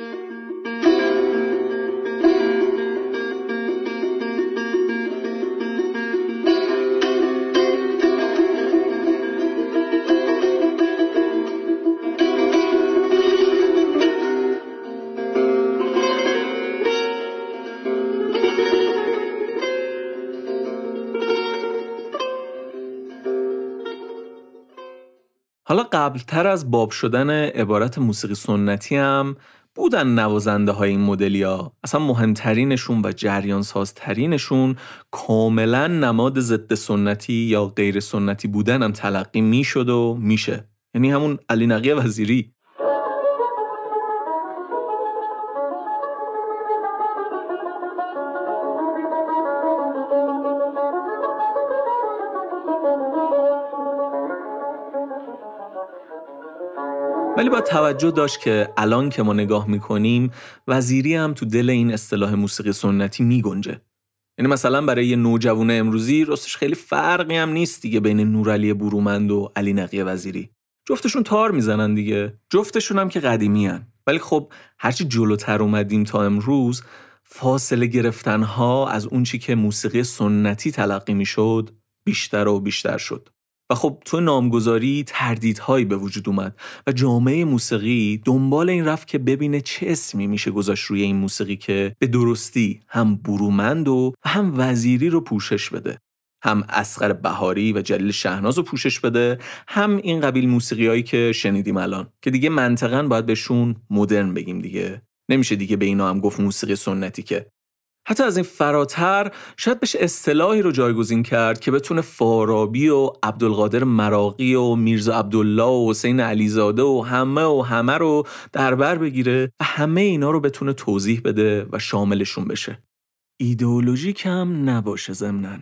حالا قبلتر از باب شدن عبارت موسیقی سنتی هم بودن نوازنده های این مدلیا. اصلا مهمترینشون و جریان سازترینشون کاملا نماد ضد سنتی یا غیر سنتی بودن هم تلقی میشد و میشه. یعنی همون علی نقی وزیری. ولی با توجه داشت که الان که ما نگاه میکنیم وزیری هم تو دل این اصطلاح موسیقی سنتی میگنجه. یعنی مثلا برای یه نوجوان امروزی راستش خیلی فرقی هم نیست دیگه بین نورعلی برومند و علی نقی وزیری. جفتشون تار میزنن دیگه. جفتشون هم که قدیمی هن. ولی خب هرچی جلوتر اومدیم تا امروز فاصله گرفتنها از اون چی که موسیقی سنتی تلقی میشد بیشتر و بیشتر شد. و خب تو نامگذاری تردیدهایی به وجود اومد و جامعه موسیقی دنبال این رفت که ببینه چه اسمی میشه گذاشت روی این موسیقی که به درستی هم برومند و هم وزیری رو پوشش بده، هم اصغر بهاری و جلیل شهناز رو پوشش بده، هم این قبیل موسیقیایی که شنیدیم الان که دیگه منطقاً باید بهشون مدرن بگیم دیگه. نمیشه دیگه به اینا هم گفت موسیقی سنتی که. حتی از این فراتر شاید بشه اصطلاحی رو جایگزین کرد که بتونه فارابی و عبدالقادر مراغی و میرزا عبدالله و حسین علیزاده و همه رو در بر بگیره و همه اینا رو بتونه توضیح بده و شاملشون بشه. ایدئولوژیک هم نباشه ضمناً.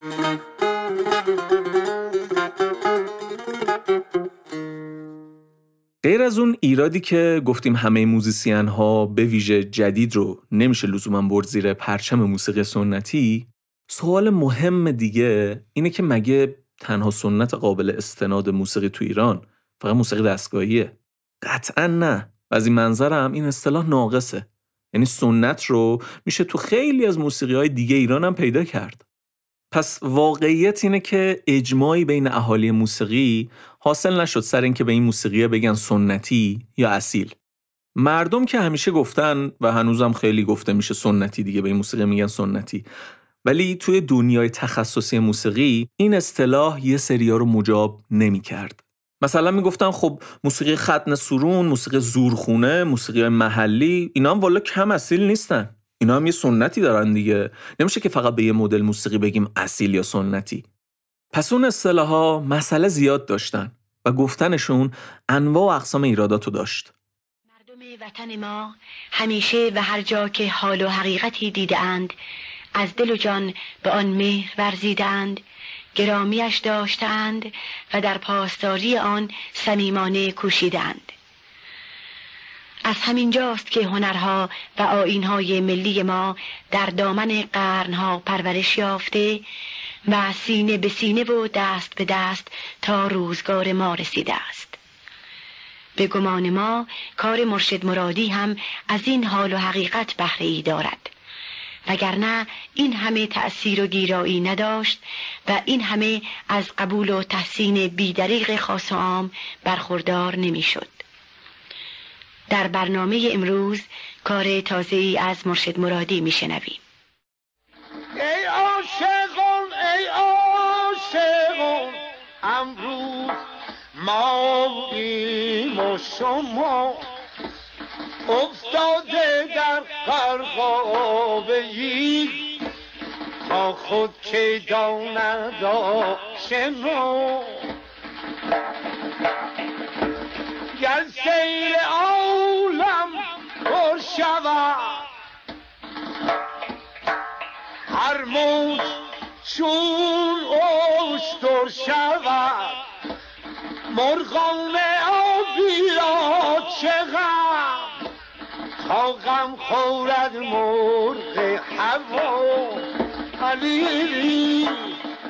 غیر از اون ایرادی که گفتیم همه موزیسین ها به ویژه جدید رو نمیشه لزوما برد زیر پرچم موسیقی سنتی، سوال مهم دیگه اینه که مگه تنها سنت قابل استناد موسیقی تو ایران فقط موسیقی دستگاهیه؟ قطعا نه. و از این منظر هم این اصطلاح ناقصه. یعنی سنت رو میشه تو خیلی از موسیقی های دیگه ایران هم پیدا کرد. پس واقعیت اینه که اجماعی بین اهالی موسیقی حاصل نشد سر این که به این موسیقی بگن سنتی یا اصیل. مردم که همیشه گفتن و هنوزم خیلی گفته میشه سنتی دیگه، به این موسیقی میگن سنتی. ولی توی دنیای تخصصی موسیقی این اصطلاح یه سریا رو مجاب نمی کرد. مثلا میگفتن خب موسیقی ختن سرون، موسیقی زورخونه، موسیقی محلی، اینا هم والا کم اصیل نیستن. اینا هم یه سنتی دارن دیگه. نمیشه که فقط به یه مدل موسیقی بگیم اصیل یا سنتی. پس اون اصطلاح‌ها مسئله زیاد داشتن و گفتنشون انواع و اقسام ایراداتو داشت. مردم وطن ما همیشه و هر جا که حال و حقیقتی دیده‌اند از دل و جان به آن مهر ورزیده‌اند، گرامیش داشته‌اند و در پاسداری آن صمیمانه کوشیده‌اند. از همین جاست که هنرها و آیین‌های ملی ما در دامن قرنها پرورش یافته و سینه به سینه و دست به دست تا روزگار ما رسیده است. به گمان ما کار مرشد مرادی هم از این حال و حقیقت بهره‌ای دارد، وگرنه این همه تأثیر و گیرایی نداشت و این همه از قبول و تحسین بی‌دریغ خاص و عام برخوردار نمی‌شد. در برنامه امروز کار تازه‌ای از مرشد مرادی میشنویم. ای عاشقان ای عاشقان، امروز ماییم و شما افتاده در غرقابه‌ای، تا خود که داند آشنا. گر سیل عالم پر شود، هر موج چون اشتر شود، مرغان آبی را چه غم، تا غم خورد مرغ هوا. علیلی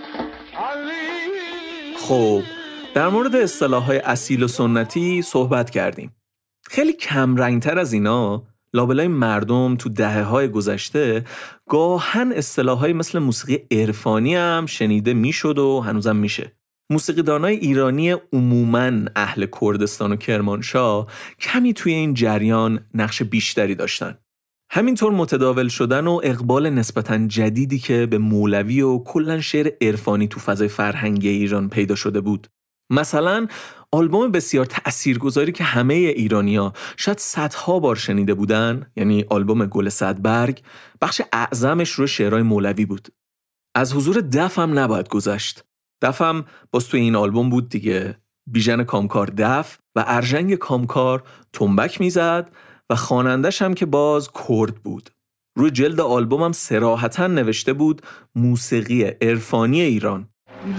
خب در مورد اصطلاح‌های اصیل و سنتی صحبت کردیم. خیلی کم رنگتر از اینا لابلای مردم تو دهه‌های گذشته گاهن اصطلاح‌های مثل موسیقی عرفانی هم شنیده میشد و هنوزم میشه. موسیقیدانای ایرانی عموماً اهل کردستان و کرمانشاه کمی توی این جریان نقش بیشتری داشتن. همینطور متداول شدن و اقبال نسبتاً جدیدی که به مولوی و کلاً شعر عرفانی تو فضای فرهنگی ایران پیدا شده بود. مثلا آلبوم بسیار تأثیرگذاری که همه ایرانی‌ها شاید صدها بار شنیده بودن، یعنی آلبوم گل صدبرگ، بخش اعظمش روی شعرهای مولوی بود. از حضور دف هم نباید گذشت. دف هم باز توی این آلبوم بود دیگه. بیژن کامکار دف و ارژنگ کامکار تنبک میزد و خوانندش هم که باز کرد بود. روی جلد آلبوم هم صراحتاً نوشته بود موسیقی عرفانی ایران.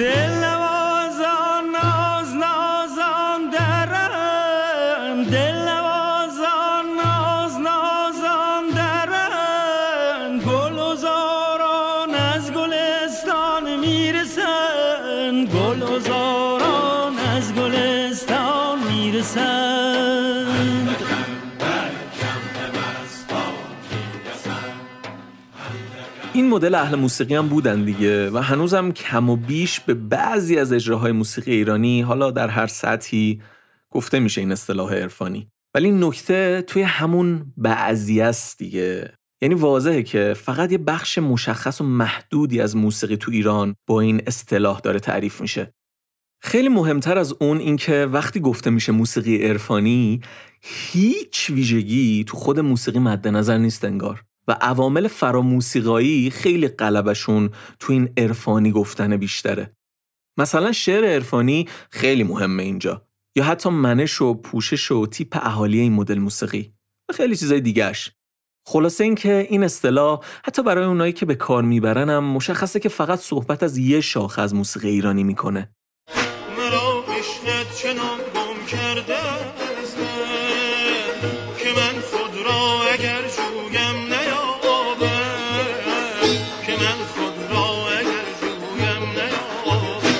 این مدل اهل موسیقی هم بودن دیگه و هنوزم کم و بیش به بعضی از اجراهای موسیقی ایرانی، حالا در هر سطحی، گفته میشه این اصطلاح عرفانی. ولی نکته توی همون بعضی است دیگه. یعنی واضحه که فقط یه بخش مشخص و محدودی از موسیقی تو ایران با این اصطلاح داره تعریف میشه. خیلی مهمتر از اون این که وقتی گفته میشه موسیقی عرفانی، هیچ ویژگی تو خود موسیقی مد نظر نیست انگار و عوامل فراموسیقایی خیلی غلبشون تو این عرفانی گفتن بیشتره. مثلا شعر عرفانی خیلی مهمه اینجا، یا حتی منش و پوشش و تیپ اهالی این مدل موسیقی و خیلی چیزای دیگه‌اش. خلاصه این که این اصطلاح حتی برای اونایی که به کار میبرن هم مشخصه که فقط صحبت از یه شاخه از موسیقی ایرانی میکنه. مرا عشقت چنان گم کرده است که من خود را اگر جویم نیابم، که من خود را اگر جویم نیابم،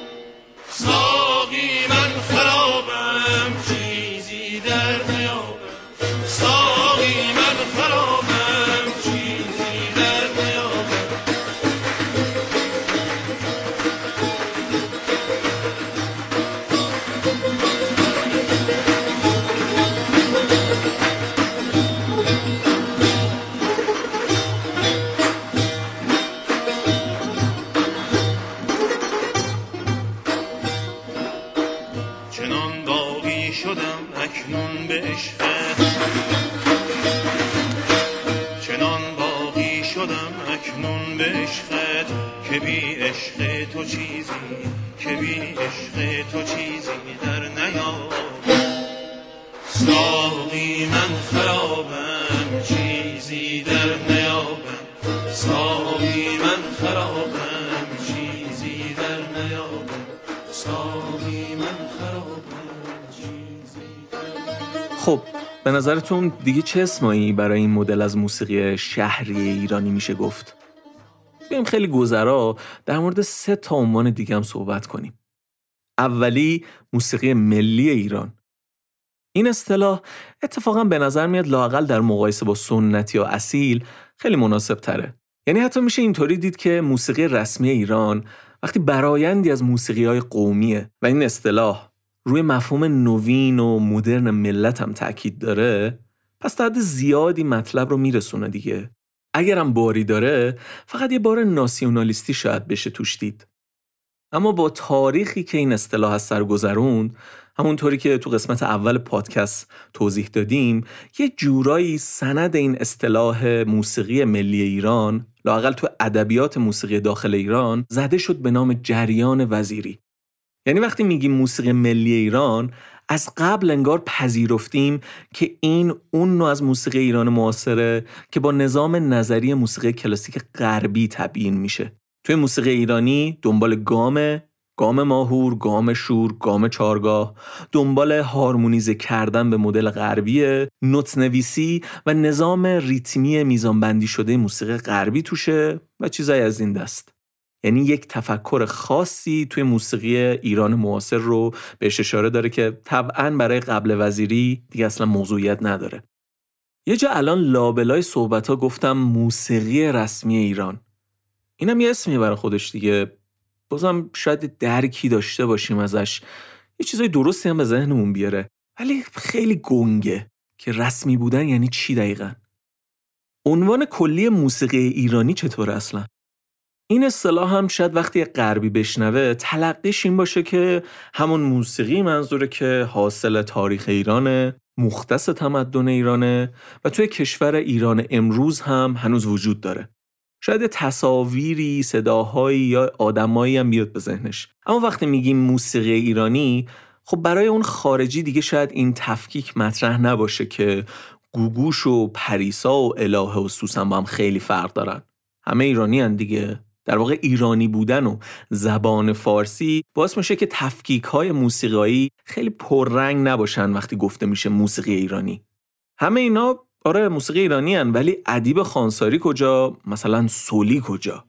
ساقی من خرابم چیزی در نیابم، ساقی من خرابم چیزی در نیابم. چنان باقی شدم اکنون به عشقت، چنان باقی شدم اکنون به عشقت که بی عشق تو چیزی، که بی عشق تو چیزی در نیابم، ساقی من خرابم چیزی در نیابم، ساقی من خرابم چیزی در نیابم، ساقی من خرابم چیزی در. خب به نظرتون دیگه چه اسمایی برای این مدل از موسیقی شهری ایرانی میشه گفت؟ بیایم خیلی گذرا در مورد 3 عنوان دیگه هم صحبت کنیم. اولی موسیقی ملی ایران. این اصطلاح اتفاقا به نظر میاد لااقل در مقایسه با سنتی یا اصیل خیلی مناسب تره. یعنی حتی میشه اینطوری دید که موسیقی رسمی ایران وقتی برآیندی از موسیقی‌های قومیه و این اصطلاح روی مفهوم نوین و مدرن ملت هم تأکید داره، پس تا حد زیادی مطلب رو میرسونه دیگه. اگرم باری داره فقط یه بار ناسیونالیستی شاید بشه توش دید. اما با تاریخی که این اصطلاح از سر گذروند، همونطوری که تو قسمت اول پادکست توضیح دادیم، یه جورایی سند این اصطلاح موسیقی ملی ایران، لااقل تو ادبیات موسیقی داخل ایران، زده شد به نام جریان وزیری. یعنی وقتی میگیم موسیقی ملی ایران، از قبل انگار پذیرفتیم که این اون نوع از موسیقی ایران معاصره که با نظام نظری موسیقی کلاسیک غربی تبیین میشه. توی موسیقی ایرانی دنبال گام ماهور، گام شور، گام چارگاه، دنبال هارمونیزه کردن به مدل غربی، نوت نویسی و نظام ریتمی میزانبندی شده موسیقی غربی توشه و چیزای از این دست. یعنی یک تفکر خاصی توی موسیقی ایران معاصر رو بهش اشاره داره که طبعاً برای قبل وزیری دیگه اصلا موضوعیت نداره. یه جا الان لابلای صحبت‌ها گفتم موسیقی رسمی ایران. اینم یه اسمی برای خودش دیگه. بازم شاید درکی داشته باشیم ازش. یه چیزای درستی هم به ذهنمون بیاره. ولی خیلی گنگه که رسمی بودن یعنی چی دقیقاً؟ عنوان کلی موسیقی ایرانی چطوره اصلا؟ این اصطلاح هم شاید وقتی غربی بشنوه تلقیش این باشه که همون موسیقی منظوره که حاصل تاریخ ایرانه، مختص تمدن ایرانه و توی کشور ایران امروز هم هنوز وجود داره. شاید تصاویری، صداهایی یا آدمایی هم بیاد به ذهنش. اما وقتی میگیم موسیقی ایرانی، خب برای اون خارجی دیگه شاید این تفکیک مطرح نباشه که گوگوش و پریسا و الهه و سوسن با هم خیلی فرق دارن. همه ایرانی هن دیگه. در واقع ایرانی بودن و زبان فارسی باعث میشه که تفکیک‌های موسیقایی خیلی پررنگ نباشن وقتی گفته میشه موسیقی ایرانی. همه اینا آره موسیقی ایرانی هن، ولی ادیب خانساری کجا؟ مثلا سولی کجا؟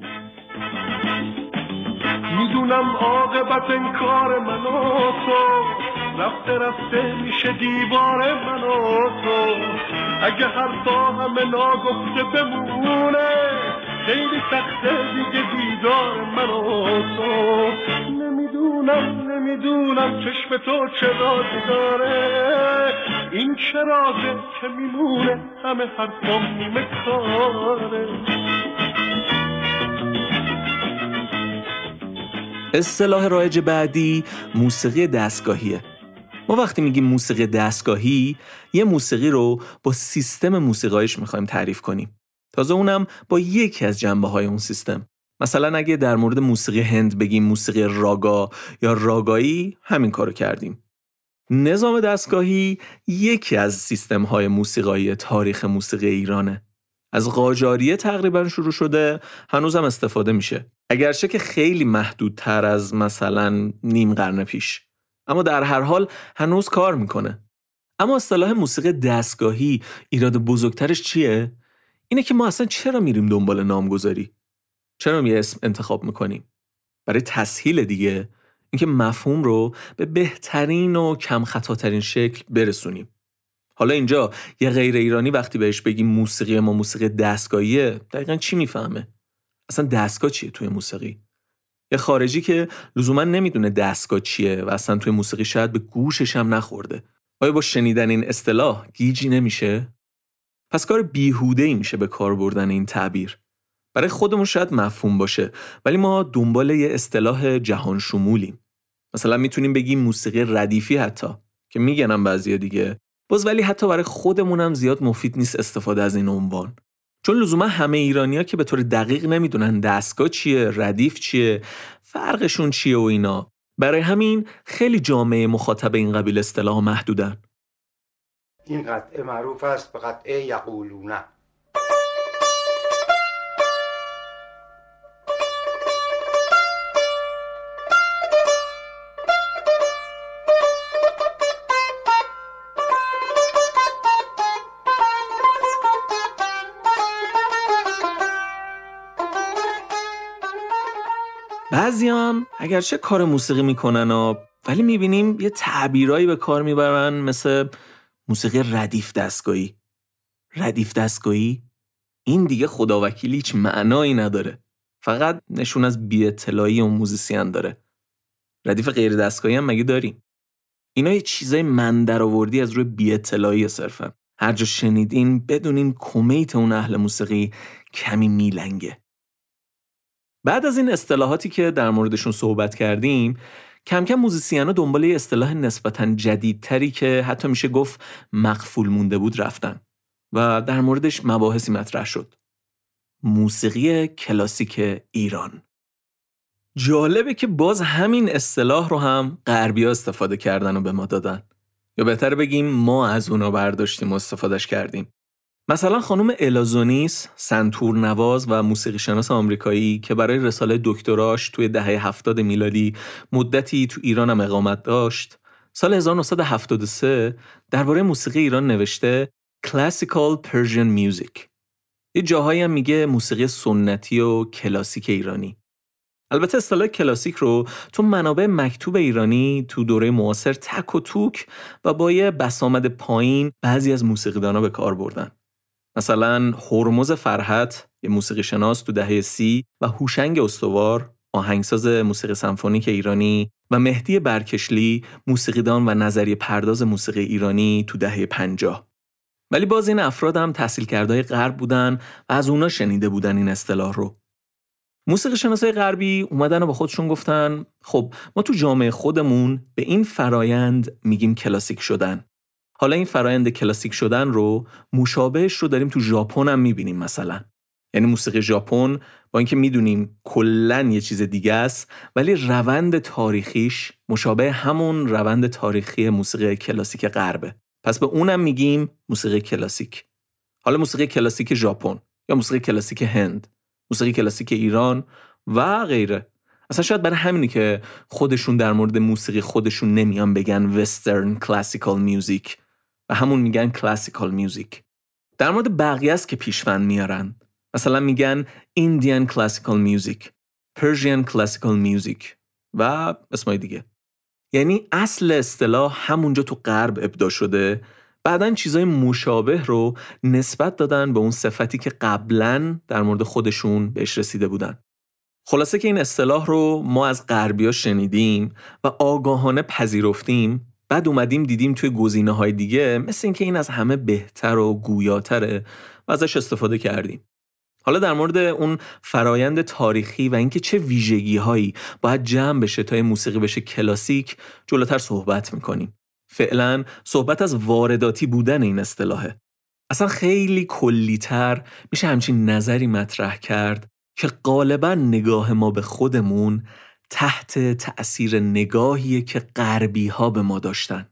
میدونم عاقبت این کار من و تو رفته رفته میشه دیوار من و تو. اگه حرفا همه ناگفته بمونه خیلی سخته دیگه دیدار من و تو. نمیدونم چشم تو چه رازی داره، این چه رازه که میمونه همه حرفام نیمه کاره. اصطلاح رایج بعدی موسیقی دستگاهیه. ما وقتی میگیم موسیقی دستگاهی، یه موسیقی رو با سیستم موسیقایش میخوایم تعریف کنیم. تازه اونم با یکی از جنبه‌های اون سیستم. مثلا اگه در مورد موسیقی هند بگیم موسیقی راگا یا راگایی، همین کارو کردیم. نظام دستگاهی یکی از سیستم‌های موسیقایی تاریخ موسیقی ایرانه. از قاجاریه تقریبا شروع شده، هنوزم استفاده میشه. اگرچه که خیلی محدودتر از مثلا نیم قرن پیش. اما در هر حال هنوز کار میکنه. اما اصطلاح موسیقی دستگاهی ایراد بزرگترش چیه؟ اینه که ما اصلا چرا میریم دنبال نامگذاری؟ چرا یه اسم انتخاب میکنیم؟ برای تسهیل دیگه، اینکه مفهوم رو به بهترین و کم خطاترین شکل برسونیم. حالا اینجا یه غیر ایرانی وقتی بهش بگیم موسیقی ما موسیقی دستگاهیه، دقیقاً چی میفهمه؟ اصلا دستگاه چیه توی موسیقی؟ یه خارجی که لزوما نمیدونه دستگاه چیه و اصلا توی موسیقی شاید به گوشش هم نخورده، آیا با شنیدن این اصطلاح گیجی نمیشه؟ پس کار بیهوده‌ای میشه به کار بردن این تعبیر. برای خودمون شاید مفهوم باشه، ولی ما دنبال یه اصطلاح جهان شمولیم. مثلا میتونیم بگیم موسیقی ردیفی حتی، که میگنم بعضیا دیگه. باز ولی حتی برای خودمونم زیاد مفید نیست استفاده از این عنوان. چون لزوما همه ایرانی‌ها که به طور دقیق نمیدونن دستگاه چیه، ردیف چیه، فرقشون چیه و اینا. برای همین خیلی جامعه مخاطب این قبیل اصطلاح محدودن. این قطعه معروف است به قطعه یقولونه. بعضی هم اگرچه کار موسیقی میکنن ولی میبینیم یه تعبیرایی به کار میبرن مثل موسیقی ردیف دستگاهی. ردیف دستگاهی؟ این دیگه خداوکیلی هیچ معنایی نداره. فقط نشون از بی‌اطلاعی اون موزیسین داره. ردیف غیر دستگاهی هم مگه داریم؟ اینا یه چیزای من درآوردی از روی بی‌اطلاعی صرفا. هر جا شنیدین بدونین کمیت اون اهل موسیقی کمی میلنگه. بعد از این اصطلاحاتی که در موردشون صحبت کردیم، کم کم موزیسینا دنبال یه اصطلاح نسبتاً جدیدتری که حتی میشه گفت مغفول مونده بود رفتن و در موردش مباحثی مطرح شد. موسیقی کلاسیک ایران. جالبه که باز همین اصطلاح رو هم غربی‌ها استفاده کردن و به ما دادن. یا بهتر بگیم ما از اونا برداشتیم و استفادهش کردیم. مثلا خانم الازونیس، سنتور نواز و موسیقی شناس آمریکایی که برای رساله دکتراش توی دهه 70 میلادی مدتی تو ایران هم اقامت داشت، سال 1973 درباره موسیقی ایران نوشته Classical Persian Music. یه جاهایی هم میگه موسیقی سنتی و کلاسیک ایرانی. البته اصطلاح کلاسیک رو تو منابع مکتوب ایرانی تو دوره معاصر تک و توک و با یه بسامد پایین بعضی از موسیقیدانا به کار بردن. مثلا هرمز فرحت، یه موسیقی شناس تو دهه 30 و هوشنگ استوار، آهنگساز موسیقی سمفونیک ایرانی و مهدی برکشلی، موسیقیدان و نظریه پرداز موسیقی ایرانی تو دهه 50. ولی باز این افراد هم تحصیل کردهای غرب بودن و از اونا شنیده بودن این اصطلاح رو. موسیقی شناسای غربی اومدن و با خودشون گفتن خب ما تو جامعه خودمون به این فرایند میگیم کلاسیک شدن. حالا این فرایند کلاسیک شدن رو مشابهش رو داریم تو ژاپن هم میبینیم مثلا. یعنی موسیقی ژاپن با اینکه میدونیم کلاً یه چیز دیگه است ولی روند تاریخیش مشابه همون روند تاریخی موسیقی کلاسیک غربه. پس به اونم میگیم موسیقی کلاسیک. حالا موسیقی کلاسیک ژاپن یا موسیقی کلاسیک هند، موسیقی کلاسیک ایران و غیره. اصلا شاید برای همینی که خودشون در مورد موسیقی خودشون نمیان بگن وسترن کلاسیکال میوزیک و همون میگن کلاسیکال میوزیک. در مورد بقیه است که پیشوند میارن. مثلا میگن ایندیان کلاسیکال میوزیک، پرژین کلاسیکال میوزیک و اسمای دیگه. یعنی اصل اصطلاح همونجا تو غرب ابداع شده، بعدن چیزای مشابه رو نسبت دادن به اون صفتی که قبلاً در مورد خودشون بهش رسیده بودن. خلاصه که این اصطلاح رو ما از غربی‌ها شنیدیم و آگاهانه پذیرفتیم، بعد اومدیم دیدیم توی گزینه‌های دیگه مثل این که این از همه بهتر و گویاتره و ازش استفاده کردیم. حالا در مورد اون فرایند تاریخی و اینکه چه ویژگی‌هایی باید جمع بشه تا موسیقی بشه کلاسیک جلوتر صحبت می‌کنیم. فعلا صحبت از وارداتی بودن این اصطلاحه. اصلا خیلی کلی‌تر میشه همچین نظری مطرح کرد که غالباً نگاه ما به خودمون تحت تأثیر نگاهیه که غربی‌ها به ما داشتن.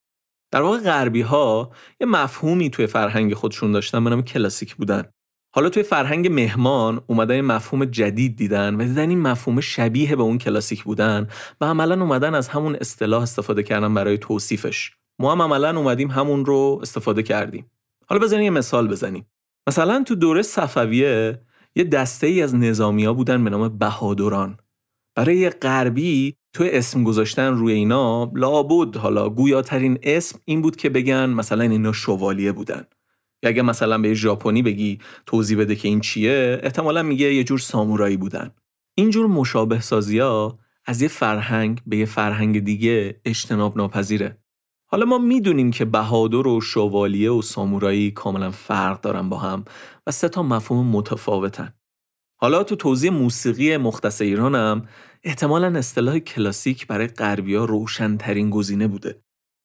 در واقع غربی‌ها یه مفهومی توی فرهنگ خودشون داشتن به نام کلاسیک بودن. حالا توی فرهنگ مهمان اومدن یه مفهوم جدید دیدن و دیدن این مفهوم شبیه به اون کلاسیک بودن و عملاً اومدن از همون اصطلاح استفاده کردن برای توصیفش. ما هم عملاً اومدیم همون رو استفاده کردیم. حالا بزنیم یه مثال بزنیم. مثلا تو دوره صفویه یه دسته‌ای از نظامی‌ها بودن به نام بهادران. برای غربی توی اسم گذاشتن روی اینا لابد حالا گویاترین اسم این بود که بگن مثلا اینا شوالیه بودن. یا اگه مثلا به ژاپنی بگی توضیح بده که این چیه، احتمالاً میگه یه جور سامورایی بودن. اینجور مشابه سازی‌ها از یه فرهنگ به یه فرهنگ دیگه اجتناب ناپذیره. حالا ما میدونیم که بهادر و شوالیه و سامورایی کاملا فرق دارن با هم و سه تا مفهوم متفاوتن. حالا تو توضیح موسیقی مختص ایران هم احتمالاً اصطلاح کلاسیک برای غربی‌ها روشن‌ترین گزینه بوده.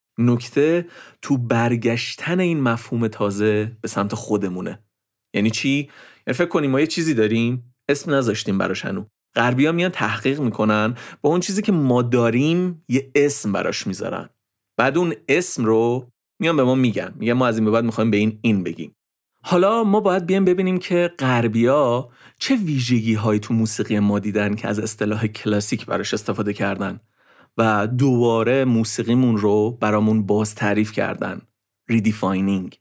نکته تو برگشتن این مفهوم تازه به سمت خودمونه. یعنی چی؟ یعنی فکر کنیم ما یه چیزی داریم، اسم نذاشتیم براش هنوز. غربی‌ها میان تحقیق میکنن با اون چیزی که ما داریم یه اسم براش میذارن. بعد اون اسم رو میان به ما میگن ما از این به بعد میخوایم به این بگیم. حالا ما باید بیایم ببینیم که غربی‌ها چه ویژگی‌هایی تو موسیقی ما دیدن که از اصطلاح کلاسیک براش استفاده کردن و دوباره موسیقیمون رو برامون باز تعریف کردن. ریدیفاینینگ.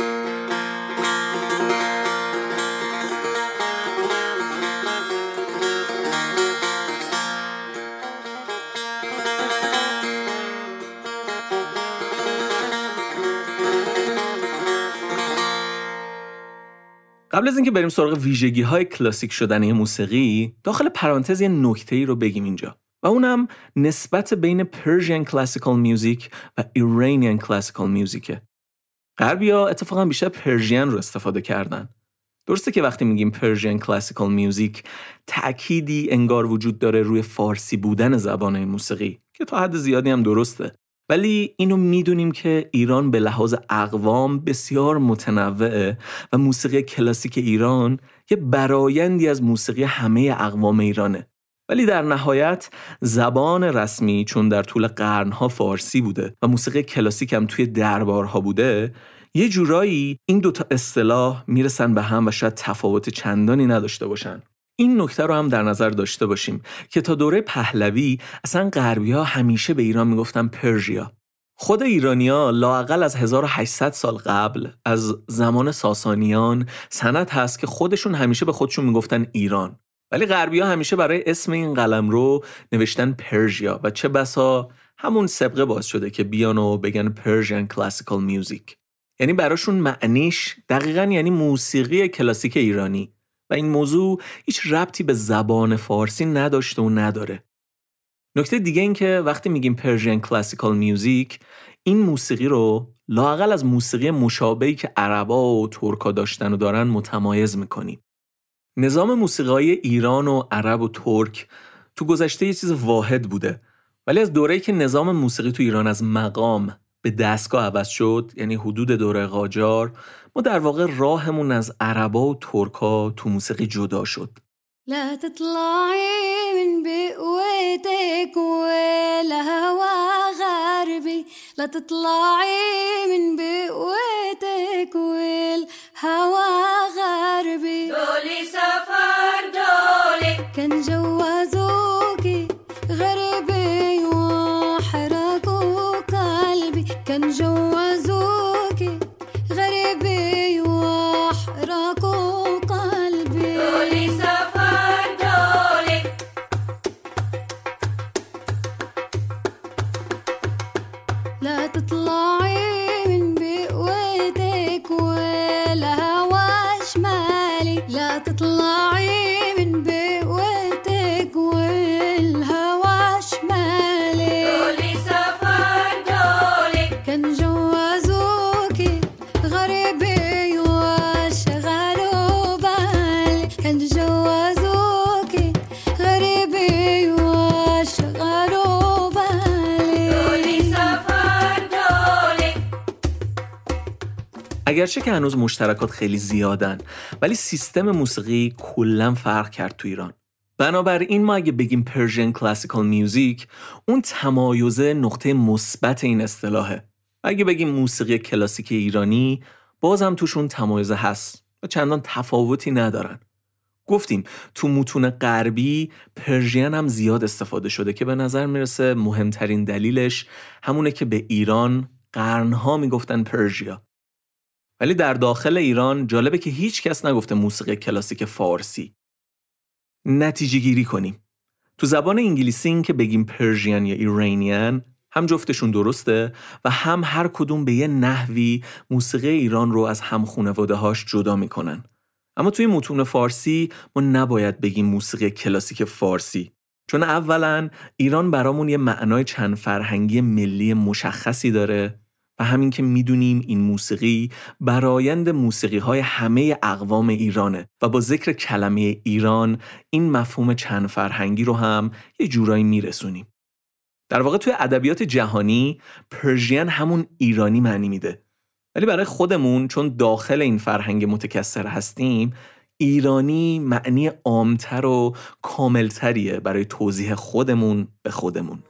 قبل از اینکه بریم سراغ ویژگی‌های کلاسیک شدن موسیقی، داخل پرانتز یه نکته‌ای رو بگیم اینجا. و اونم نسبت بین پرژین کلاسیکال میوزیک و ایرانیان کلاسیکال میوزیکه. غربی‌ها اتفاقا بیشتر پرژین رو استفاده کردن. درسته که وقتی میگیم پرژین کلاسیکال میوزیک تأکیدی انگار وجود داره روی فارسی بودن زبان این موسیقی که تا حد زیادی هم درسته. ولی اینو میدونیم که ایران به لحاظ اقوام بسیار متنوعه و موسیقی کلاسیک ایران یه برایندی از موسیقی همه اقوام ایرانه. ولی در نهایت زبان رسمی چون در طول قرنها فارسی بوده و موسیقی کلاسیک هم توی دربارها بوده، یه جورایی این دوتا اصطلاح میرسن به هم و شاید تفاوت چندانی نداشته باشن. این نکته رو هم در نظر داشته باشیم که تا دوره پهلوی اصلا غربی‌ها همیشه به ایران میگفتن پرژیا. خود ایرانی‌ها لااقل از 1800 سال قبل از زمان ساسانیان سند هست که خودشون همیشه به خودشون میگفتن ایران. ولی غربی‌ها همیشه برای اسم این قلمرو نوشتن پرژیا و چه بسا همون سابقه باعث شده که بیان و بگن Persian Classical Music. یعنی براشون معنیش دقیقاً یعنی موسیقی کلاسیک ایرانی و این موضوع هیچ ربطی به زبان فارسی نداشته و نداره. نکته دیگه این که وقتی میگیم Persian Classical Music این موسیقی رو لااقل از موسیقی مشابهی که عربا و ترکا داشتن و دارن متمایز میکنیم. نظام موسیقی ایران و عرب و ترک تو گذشته یه چیز واحد بوده، ولی از دوره‌ای که نظام موسیقی تو ایران از مقام به دستگاه عوض شد، یعنی حدود دوره قاجار، ما در واقع راهمون از عربا و ترکا تو موسیقی جدا شد. لا تطلعي من بقوتك والهوى غربي لا تطلعي من بقوتك والهوى غربي دولي سفر دولي كان جوازوكي غربي وحرقوا قلبي كان جوازوكي غربي وحرقوا قلبي دولي لا تطلعي من بقوتك والهوى شمالي لا تطلعي من بقوتك والهوى شمالي دولي سفر دولي كان جوازوكي غريبي وشغلوا بالي كان جوازوكي غريبي وشغلوا بالي دولي سفر اگرچه که هنوز مشترکات خیلی زیادن، ولی سیستم موسیقی کلاً فرق کرد تو ایران. بنابراین ما اگه بگیم Persian Classical Music، اون تمایزه نقطه مثبت این اصطلاحه. اگه بگیم موسیقی کلاسیک ایرانی، باز هم توشون تمایزه هست و چندان تفاوتی ندارن. گفتیم تو متون غربی پرژین هم زیاد استفاده شده که به نظر میرسه مهمترین دلیلش همونه که به ایران قرنها میگفتن پرژیا. ولی در داخل ایران جالبه که هیچ کس نگفته موسیقی کلاسیک فارسی. نتیجه گیری کنیم. تو زبان انگلیسی این که بگیم پرژین یا ایرانیان هم جفتشون درسته و هم هر کدوم به یه نحوی موسیقی ایران رو از هم خانواده‌هاش جدا میکنن. اما توی متون فارسی ما نباید بگیم موسیقی کلاسیک فارسی، چون اولاً ایران برامون یه معنای چند فرهنگی ملی مشخصی داره و همین که میدونیم این موسیقی برآیند موسیقی‌های همه اقوام ایرانه و با ذکر کلمه ایران این مفهوم چند فرهنگی رو هم یه جورایی میرسونیم. در واقع توی ادبیات جهانی پرژین همون ایرانی معنی میده، ولی برای خودمون چون داخل این فرهنگ متکثر هستیم، ایرانی معنی عام‌تر و کاملتریه برای توضیح خودمون به خودمون.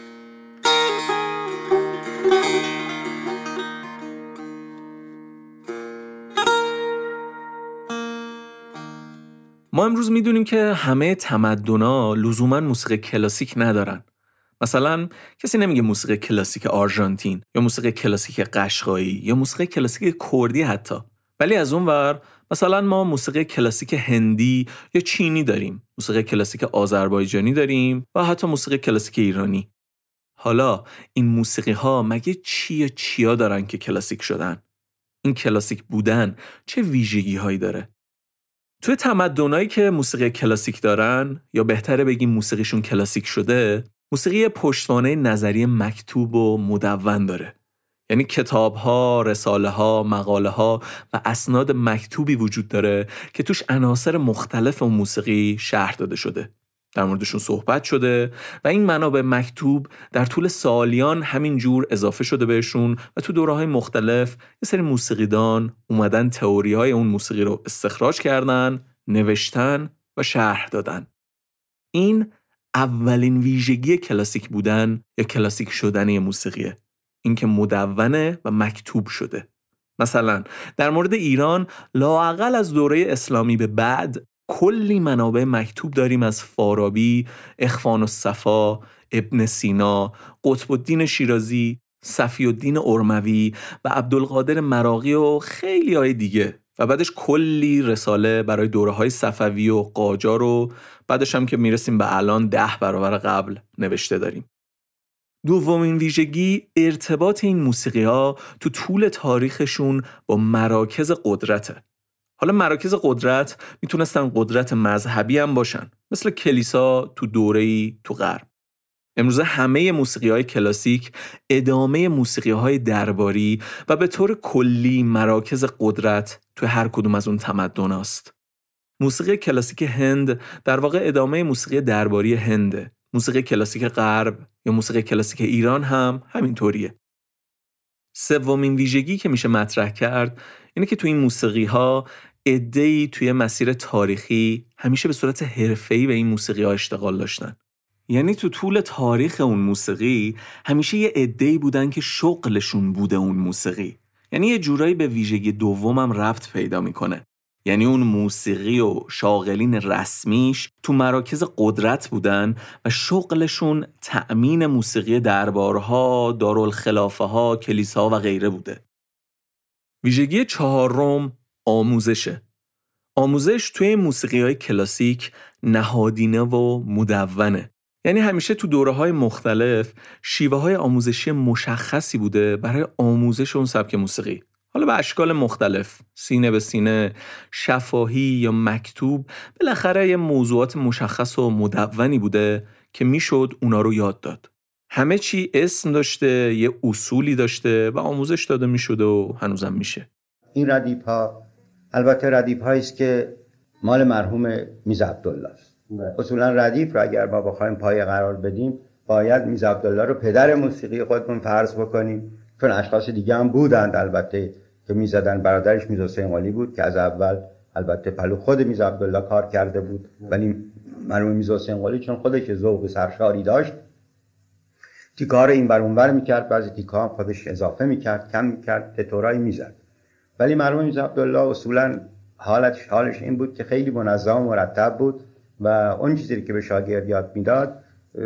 ما امروز میدونیم که همه تمدن‌ها لزوماً موسیقی کلاسیک ندارن. مثلا کسی نمیگه موسیقی کلاسیک آرژانتین یا موسیقی کلاسیک قشقایی یا موسیقی کلاسیک کردی حتی. ولی از اون ور مثلا ما موسیقی کلاسیک هندی یا چینی داریم، موسیقی کلاسیک آذربایجانی داریم و حتی موسیقی کلاسیک ایرانی. حالا این موسیقی ها مگه چیا دارن که کلاسیک شدن؟ این کلاسیک بودن چه ویژگی هایی داره؟ توی تمدنایی که موسیقی کلاسیک دارن یا بهتره بگیم موسیقیشون کلاسیک شده، موسیقی پشتوانه نظری مکتوب و مدون داره. یعنی کتاب‌ها، رساله‌ها، مقاله‌ها و اسناد مکتوبی وجود داره که توش عناصر مختلف اون موسیقی شرح داده شده. در موردشون صحبت شده و این منابع مکتوب در طول سالیان همین جور اضافه شده بهشون و تو دوره‌های مختلف یه سری موسیقیدان اومدن تئوری‌های اون موسیقی رو استخراج کردن، نوشتن و شرح دادن. این اولین ویژگی کلاسیک بودن یا کلاسیک شدن موسیقیه. این که مدونه و مکتوب شده. مثلا در مورد ایران لااقل از دوره اسلامی به بعد کلی منابع مکتوب داریم از فارابی، اخوان الصفا، ابن سینا، قطب الدین شیرازی، صفی الدین ارموی و عبدالقادر مراغی و خیلی های دیگه و بعدش کلی رساله برای دوره‌های صفوی و قاجار و بعدش هم که میرسیم به الان 10 برابر قبل نوشته داریم. دومین ویژگی ارتباط این موسیقی‌ها تو طول تاریخشون با مراکز قدرته. حالا مراکز قدرت میتونستن قدرت مذهبی هم باشن، مثل کلیسا تو دوره‌ای تو غرب. امروزه همه موسیقی‌های کلاسیک ادامه موسیقی‌های درباری و به طور کلی مراکز قدرت تو هر کدوم از اون تمدن است. موسیقی کلاسیک هند در واقع ادامه موسیقی درباری هنده. موسیقی کلاسیک غرب یا موسیقی کلاسیک ایران هم همینطوریه. سومین ویژگی که میشه مطرح کرد اینه که تو این موسیقی‌ها عده‌ای توی مسیر تاریخی همیشه به صورت حرفه‌ای به این موسیقی‌ها اشتغال داشتن. یعنی تو طول تاریخ اون موسیقی همیشه یه عده‌ای بودن که شغلشون بوده اون موسیقی. یعنی یه جورایی به ویژگی دومم ربط پیدا میکنه. یعنی اون موسیقی و شاغلین رسمیش تو مراکز قدرت بودن و شغلشون تأمین موسیقی دربارها، دارالخلافه‌ها، کلیساها و غیره بوده. ویژگی چهارم آموزشه. آموزش توی موسیقی‌های کلاسیک نهادینه و مدونه. یعنی همیشه تو دوره‌های مختلف شیوه‌های آموزشی مشخصی بوده برای آموزش اون سبک موسیقی. حالا به اشکال مختلف، سینه به سینه، شفاهی یا مکتوب، بالاخره یه موضوعات مشخص و مدونی بوده که میشد اونا رو یاد داد. همه چی اسم داشته، یه اصولی داشته و آموزش داده میشده و هنوزم میشه. این ردیف‌ها البته ردیف‌هایی است که مال مرحوم میرزا عبدالله است. اصولا ردیف رو اگر ما بخوایم پایه قرار بدیم باید میرزا عبدالله رو پدر موسیقی خودمون فرض بکنیم، چون اشخاص دیگه هم بودند البته که میزدن. برادرش میرزا حسین قلی بود که از اول البته پلو خود میرزا عبدالله کار کرده بود، ولی مرحوم میرزا حسین قلی چون خودش ذوق سرشاری داشت تیکار این بر اون بر میکرد، بعضی تیکا هم خودش اضافه میکرد، کم میکرد، تتورایی میزد. ولی مرحوم میرزا عبدالله اصولا حالش این بود که خیلی منظم و مرتب بود و اون چیزی که به شاگرد یاد میداد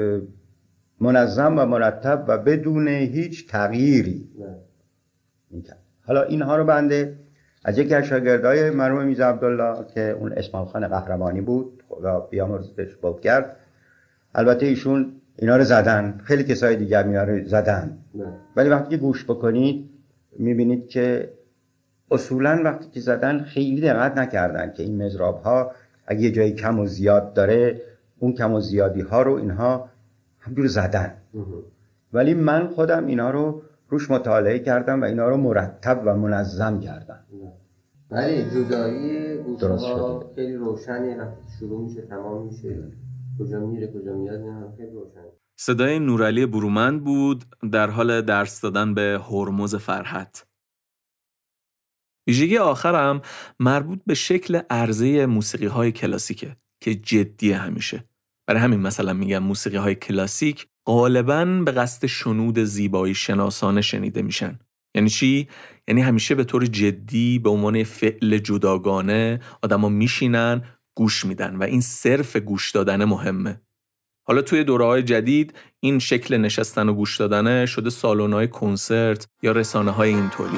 منظم و مرتب و بدون هیچ تغییری میکرد. حالا اینها رو بنده از یکی از شاگردای مرحوم میرزا عبدالله که اون اسماعیل خان قهرمانی بود، خدا بیامرزش، بود کرد. البته ایشون اینا رو زدن، خیلی کسای دیگر اینا رو زدن، ولی وقتی که گوش بکنید میبینید که اصولا وقتی که زدن خیلی دقت نکردن که این مضراب ها اگه یه جایی کم و زیاد داره اون کم و زیادی ها رو اینها همجور زدن. ولی من خودم اینا رو روش مطالعه کردم و اینا رو مرتب و منظم کردم. ولی جدایی درست شده، خیلی روشنی، شروع میشه تمام میشه، کجا میره کجا میاد، نه خیلی روشن. صدای نورعلی برومند بود در حال درس دادن به هرمز فرحت. ویژگی آخرم مربوط به شکل عرضه موسیقی‌های کلاسیکه که جدیه همیشه. برای همین مثلا میگم موسیقی‌های کلاسیک غالباً به قصد شنود زیبایی شناسانه شنیده میشن. یعنی چی؟ یعنی همیشه به طور جدی به عنوان فعل جداگانه آدما میشینن گوش میدن و این صرف گوش دادن مهمه. حالا توی دوره‌های جدید این شکل نشستن و گوش دادن شده سالن‌های کنسرت یا رسانه‌های اینطوری.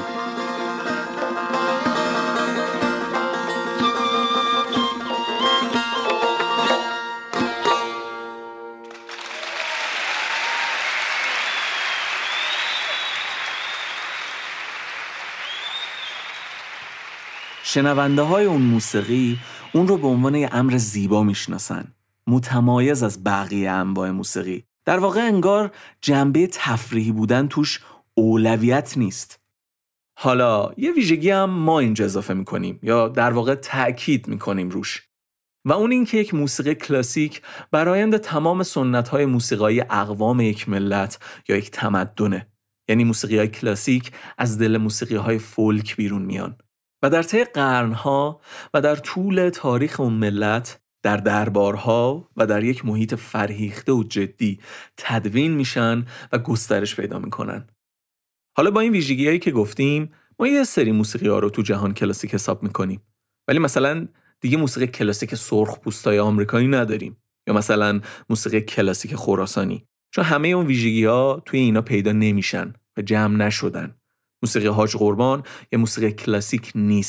شنونده های اون موسیقی اون رو به عنوان یه امر زیبا میشناسن، متمایز از بقیه انواع موسیقی. در واقع انگار جنبه تفریحی بودن توش اولویت نیست. حالا یه ویژگی هم ما اینجا اضافه میکنیم یا در واقع تأکید میکنیم روش و اون این که یک موسیقی کلاسیک برآیند تمام سنت‌های موسیقایی اقوام یک ملت یا یک تمدنه. یعنی موسیقی‌های کلاسیک از دل موسیقی‌های فولک بیرون میان و در طی قرنها و در طول تاریخ اون ملت در دربارها و در یک محیط فرهیخته و جدی تدوین میشن و گسترش پیدا میکنن. حالا با این ویژگی‌هایی که گفتیم ما یه سری موسیقی‌ها رو تو جهان کلاسیک حساب میکنیم، ولی مثلا دیگه موسیقی کلاسیک سرخپوستای آمریکایی نداریم یا مثلا موسیقی کلاسیک خراسانی، چون همه اون ویژگی‌ها توی اینا پیدا نمیشن و جمع نشدن. موسیقی حاج قربان یه موسیقی کلاسیک نیست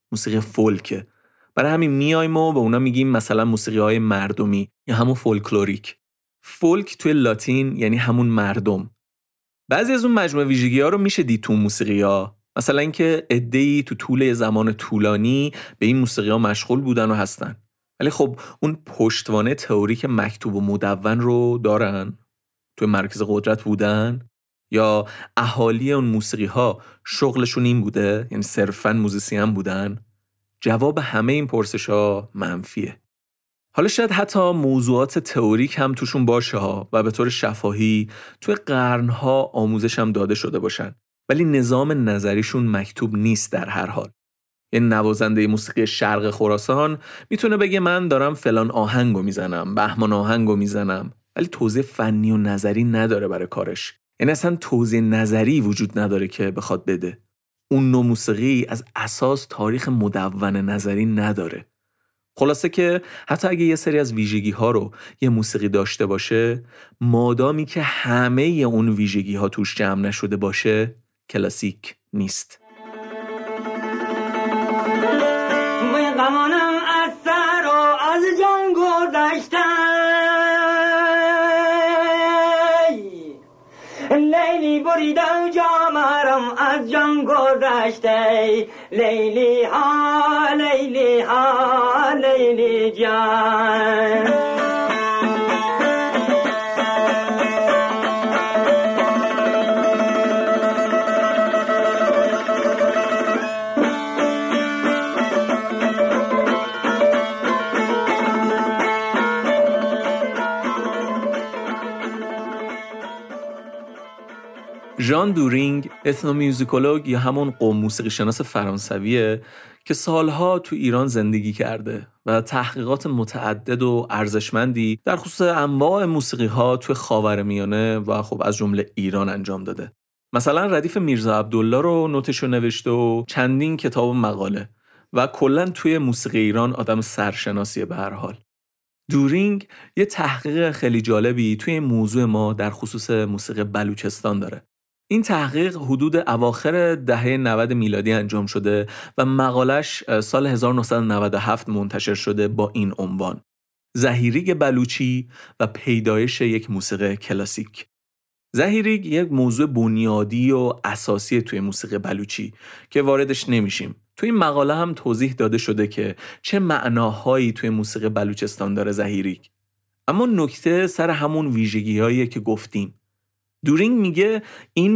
موسیقی فولکه. برای همین میایم و به اونا میگیم مثلا موسیقی‌های مردمی یا همون فولکلوریک. فولک توی لاتین یعنی همون مردم. بعضی از اون مجموعه ویژگی‌ها رو میشه دید تو موسیقی‌ها، مثلا اینکه عده‌ای تو طول زمان طولانی به این موسیقی‌ها مشغول بودن و هستن. ولی خب اون پشتوانه تئوریک مکتوب و مدون رو دارن؟ توی مرکز قدرت بودن؟ یا اهالی اون موسیقی‌ها شغلشون این بوده؟ یعنی صرفاً موزیسین بودن؟ جواب همه این پرسش‌ها منفیه. حالا شاید حتی موضوعات تئوریک هم توشون باشه ها و به طور شفاهی توی قرن‌ها آموزش هم داده شده باشن، ولی نظام نظریشون مکتوب نیست در هر حال. یه نوازنده موسیقی شرق خراسان میتونه بگه من دارم فلان آهنگو میزنم، بهمان آهنگو میزنم، ولی توضیح فنی و نظری نداره برای کارش. یعنی اصلا توضیح نظری وجود نداره که بخواد بده. اون نوع موسیقی از اساس تاریخ مدون نظری نداره. خلاصه که حتی اگه یه سری از ویژگی‌ها رو یه موسیقی داشته باشه، مادامی که همه اون ویژگی‌ها توش جمع نشده باشه، کلاسیک نیست. من غمانم از سر و از جان گذشته، لیلی بریده جامرم از جان گذشته، لیلی ها لیلی ها لیلی جان. ژان دورینگ اتنومیوزیکولوگ یا همون قوم موسیقی شناس فرانسویه که سالها تو ایران زندگی کرده و تحقیقات متعدد و ارزشمندی در خصوص انواع موسیقی‌ها تو خاورمیانه و خب از جمله ایران انجام داده. مثلا ردیف میرزا عبدالله رو نوتشو نوشته و چندین کتاب و مقاله و کلاً توی موسیقی ایران آدم سرشناسیه به هر حال. دورینگ یه تحقیق خیلی جالبی توی موضوع ما در خصوص موسیقی بلوچستان داره. این تحقیق حدود اواخر دهه 90 میلادی انجام شده و مقالش سال 1997 منتشر شده با این عنوان: زهیریگ بلوچی و پیدایش یک موسیقی کلاسیک. زهیریگ یک موضوع بنیادی و اساسی توی موسیقی بلوچی که واردش نمیشیم. توی این مقاله هم توضیح داده شده که چه معناهایی توی موسیقی بلوچستان داره زهیریگ. اما نکته سر همون ویژگی‌هایی که گفتیم. دورینگ میگه این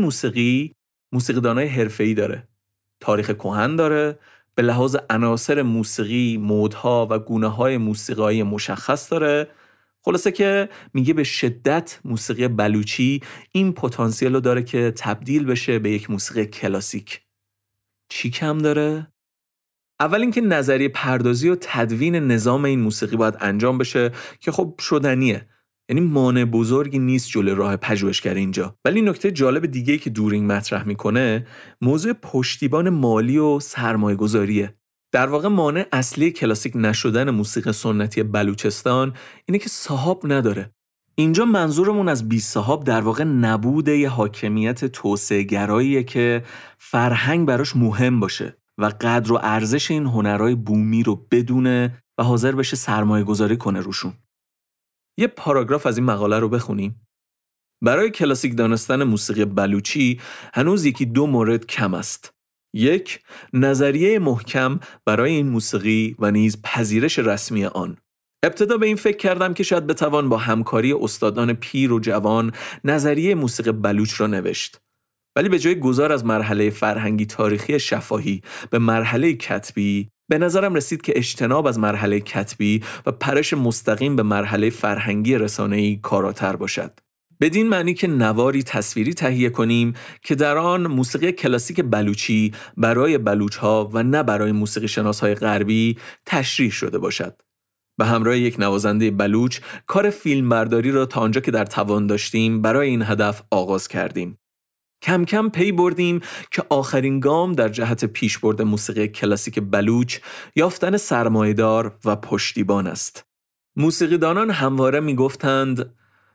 موسیقیدانای حرفه‌ای داره، تاریخ کهن داره، به لحاظ عناصر موسیقی، مودها و گونه‌های موسیقایی مشخص داره. خلاصه که میگه به شدت موسیقی بلوچی این پتانسیل رو داره که تبدیل بشه به یک موسیقی کلاسیک. چی کم داره؟ اول اینکه نظریه پردازی و تدوین نظام این موسیقی باید انجام بشه که خب شدنیه. یعنی مانع بزرگی نیست جلوی راه پژوهشگری اینجا. ولی نکته جالب دیگه‌ای که دورینگ مطرح میکنه موضوع پشتیبان مالی و سرمایه‌گذاریه. در واقع مانع اصلی کلاسیک نشدن موسیقی سنتی بلوچستان اینه که صاحب نداره. اینجا منظورمون از بی صاحب در واقع نبود یه حاکمیت توسعه‌گراییه که فرهنگ براش مهم باشه و قدر و ارزش این هنرهای بومی رو بدونه و حاضر بشه سرمایه‌گذاری کنه روشون. یه پاراگراف از این مقاله رو بخونیم. برای کلاسیک دانستن موسیقی بلوچی هنوز یکی دو مورد کم است. یک، نظریه محکم برای این موسیقی و نیز پذیرش رسمی آن. ابتدا به این فکر کردم که شاید بتوان با همکاری استادان پیر و جوان نظریه موسیقی بلوچ را نوشت. ولی به جای گذار از مرحله فرهنگی تاریخی شفاهی به مرحله کتبی، به نظرم رسید که اجتناب از مرحله کتبی و پرش مستقیم به مرحله فرهنگی رسانه‌ای کاراتر باشد. بدین معنی که نواری تصویری تهیه کنیم که در آن موسیقی کلاسیک بلوچی برای بلوچ‌ها و نه برای موسیقی شناس‌های غربی تشریح شده باشد. به همراه یک نوازنده بلوچ کار فیلمبرداری را تا آنجا که در توان داشتیم برای این هدف آغاز کردیم. کم کم پی بردیم که آخرین گام در جهت پیشبرد موسیقی کلاسیک بلوچ یافتن سرمایه‌دار و پشتیبان است. موسیقیدانان همواره می‌گفتند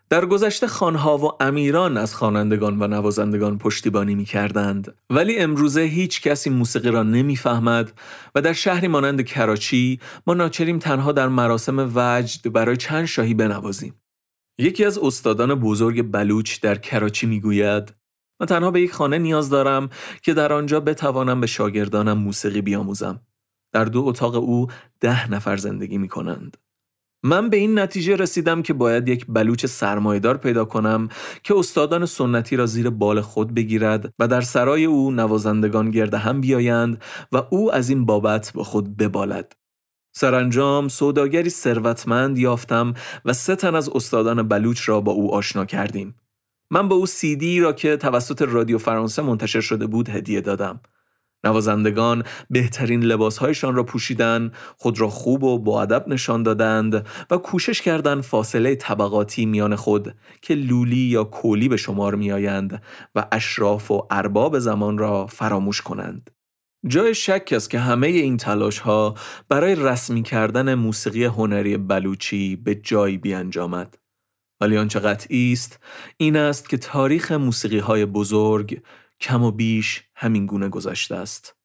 در گذشته خانها و امیران از خوانندگان و نوازندگان پشتیبانی می‌کردند، ولی امروزه هیچ کسی موسیقی را نمی‌فهمد و در شهری مانند کراچی ما ناچاریم تنها در مراسم وجد برای چند شاهی بنوازیم. یکی از استادان بزرگ بلوچ در کراچی می‌گوید: من تنها به یک خانه نیاز دارم که در آنجا بتوانم به شاگردانم موسیقی بیاموزم. در 2 اتاق او 10 نفر زندگی می‌کنند. من به این نتیجه رسیدم که باید یک بلوچ سرمایه‌دار پیدا کنم که استادان سنتی را زیر بال خود بگیرد و در سرای او نوازندگان گرد هم بیایند و او از این بابت با خود ببالد. سرانجام سوداگری ثروتمند یافتم و 3 تن از استادان بلوچ را با او آشنا کردیم. من به او CD را که توسط رادیو فرانسه منتشر شده بود هدیه دادم. نوازندگان بهترین لباسهایشان را پوشیدن، خود را خوب و با ادب نشان دادند و کوشش کردند فاصله طبقاتی میان خود که لولی یا کولی به شمار می آیند و اشراف و ارباب زمان را فراموش کنند. جای شک است که همه این تلاش ها برای رسمی کردن موسیقی هنری بلوچی به جایی بیانجامد. ولی آنچه قطعی است این است که تاریخ موسیقی های بزرگ کم و بیش همین گونه گذشته است.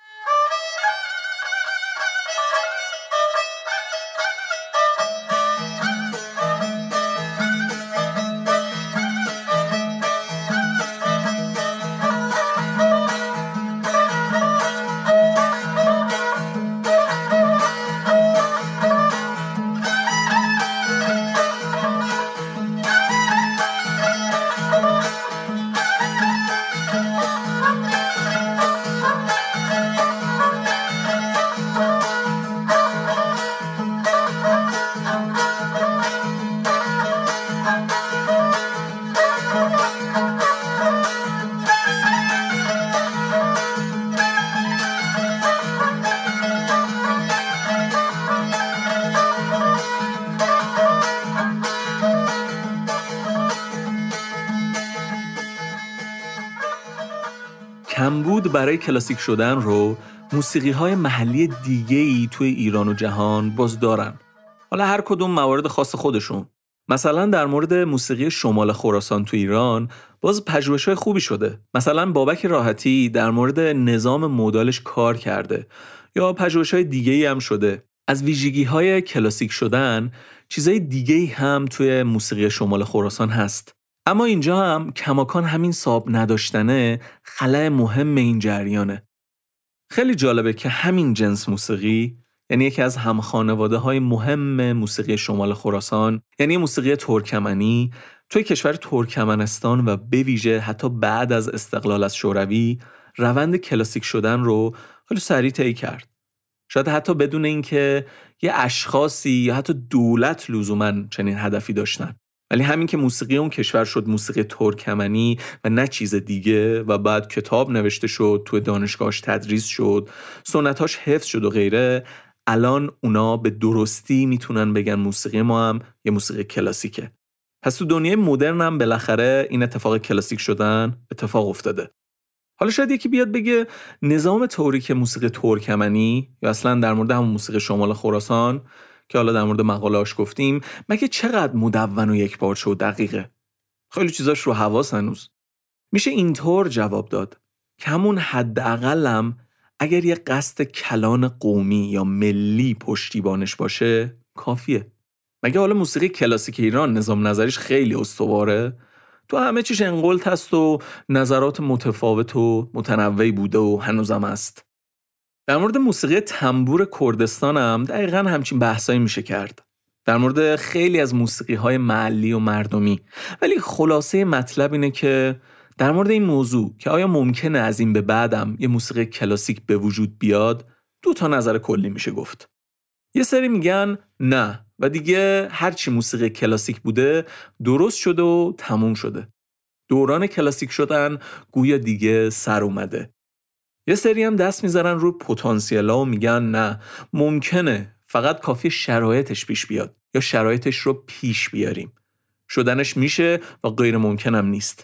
کمبود برای کلاسیک شدن رو موسیقی‌های محلی دیگه‌ای توی ایران و جهان باز دارن. حالا هر کدوم موارد خاص خودشون. مثلا در مورد موسیقی شمال خراسان تو ایران باز پژوهش‌های خوبی شده. مثلا بابک راحتی در مورد نظام مودالش کار کرده یا پژوهش‌های دیگه‌ای هم شده. از ویژگی‌های کلاسیک شدن چیزای دیگه‌ای هم توی موسیقی شمال خراسان هست. اما اینجا هم کماکان همین صاحب نداشتنه خلأ مهم این جریانه. خیلی جالبه که همین جنس موسیقی، یعنی یکی از همخانواده‌های مهم موسیقی شمال خراسان، یعنی موسیقی ترکمنی، توی کشور ترکمنستان و به ویژه حتی بعد از استقلال از شوروی روند کلاسیک شدن رو خیلی سریع طی کرد. شاید حتی بدون اینکه یه اشخاصی یا حتی دولت لزوماً چنین هدفی داشتن. ولی همین که موسیقی اون کشور شد موسیقی ترکمنی و نه چیز دیگه و بعد کتاب نوشته شد، توی دانشگاهش تدریس شد، سنتاش حفظ شد و غیره، الان اونا به درستی میتونن بگن موسیقی ما هم یه موسیقی کلاسیکه. پس تو دنیای مدرن هم بالاخره این اتفاق کلاسیک شدن اتفاق افتاده. حالا شاید یکی بیاد بگه نظام تئوریک موسیقی ترکمنی یا اصلا در مورد همون موسیقی شمال خراسان که حالا در مورد مقاله‌اش گفتیم مگه چقدر مدون و یکپارچه و دقیقه؟ خیلی چیزاش رو حواس هنوز. میشه اینطور جواب داد که همون حداقلم اگر یه قصد کلان قومی یا ملی پشتیبانش باشه کافیه. مگه حالا موسیقی کلاسیک ایران نظام نظریش خیلی استواره؟ تو همه چیش انقلت هست و نظرات متفاوت و متنوعی بوده و هنوزم هست. در مورد موسیقی تنبور کردستان هم دقیقاً همچین بحثایی میشه کرد. در مورد خیلی از موسیقی‌های محلی و مردمی. ولی خلاصه مطلب اینه که در مورد این موضوع که آیا ممکنه از این به بعدم یه موسیقی کلاسیک به وجود بیاد 2 نظر کلی میشه گفت. یه سری میگن نه و دیگه هرچی موسیقی کلاسیک بوده درست شده و تموم شده. دوران کلاسیک شدن گویا دیگه سر اومده. یه سری هم دست میذارن رو پتانسیل‌ها و میگن نه ممکنه، فقط کافی شرایطش پیش بیاد یا شرایطش رو پیش بیاریم. شدنش میشه و غیر ممکن هم نیست.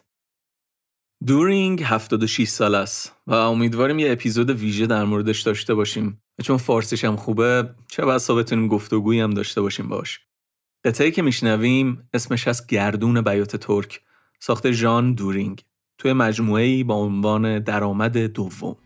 دورینگ 76 سال است و امیدواریم یه اپیزود ویژه در موردش داشته باشیم. چون فارسیش هم خوبه چه بسا بتونیم گفتگویی هم داشته باشیم باش. قطعه‌ای که میشنویم اسمش از گردون بیات ترک، ساخته ژان دورینگ، توی مجموعه‌ای با عنوان درآمد دوم.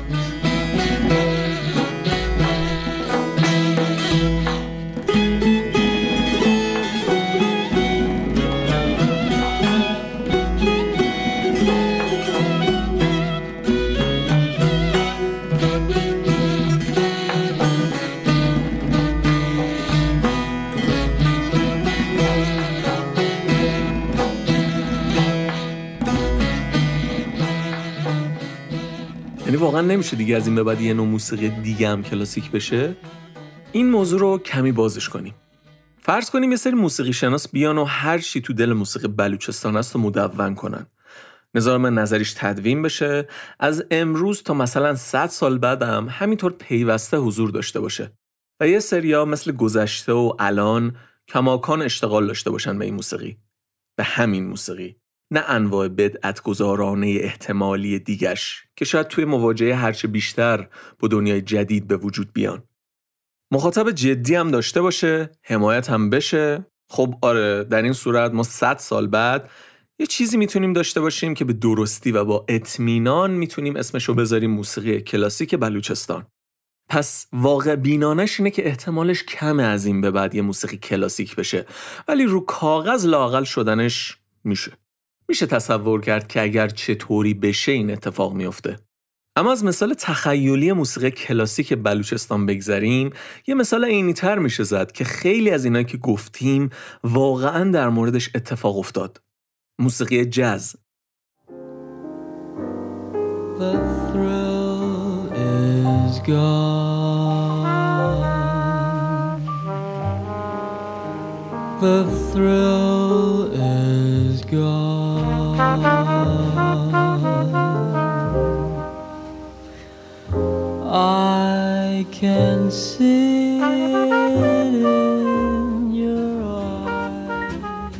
واقعا نمیشه دیگه از این به بعد یه نوع موسیقی دیگه هم کلاسیک بشه؟ این موضوع رو کمی بازش کنیم. فرض کنیم یه سری موسیقی شناس بیان و هر چی تو دل موسیقی بلوچستان است رو مدون کنن. نظام نظریش تدوین بشه، از امروز تا مثلا 100 سال بعدم همینطور پیوسته حضور داشته باشه. و یه سریا مثل گذشته و الان کماکان اشتغال داشته باشن به این موسیقی. به همین موسیقی. نه انواع بدعت‌گذارانه احتمالی دیگش که شاید توی مواجهه هرچه بیشتر با دنیای جدید به وجود بیان. مخاطب جدی هم داشته باشه، حمایت هم بشه. خب آره، در این صورت ما 100 سال بعد یه چیزی میتونیم داشته باشیم که به درستی و با اطمینان میتونیم اسمشو بذاریم موسیقی کلاسیک بلوچستان. پس واقع بینانش اینه که احتمالش کمه از این به بعد یه موسیقی کلاسیک بشه، ولی رو کاغذ لااقل شدنش میشه تصور کرد که اگر چطوری بشه این اتفاق میفته. اما از مثال تخیلی موسیقی کلاسیک بلوچستان بگذریم، یه مثال عینی‌تر میشه زد که خیلی از اینایی که گفتیم واقعاً در موردش اتفاق افتاد. موسیقی جاز. The thrill is gone. The thrill is gone. I can see it in your eyes.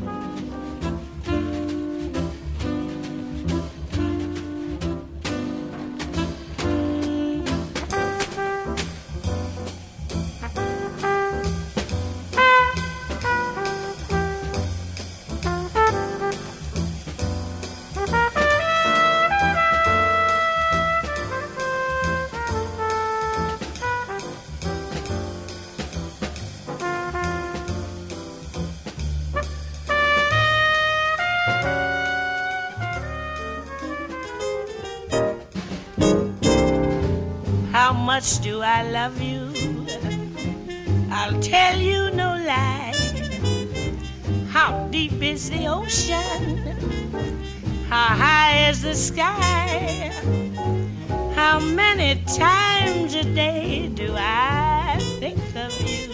How much do I love you? I'll tell you no lie. How deep is the ocean? How high is the sky? How many times a day do I think of you?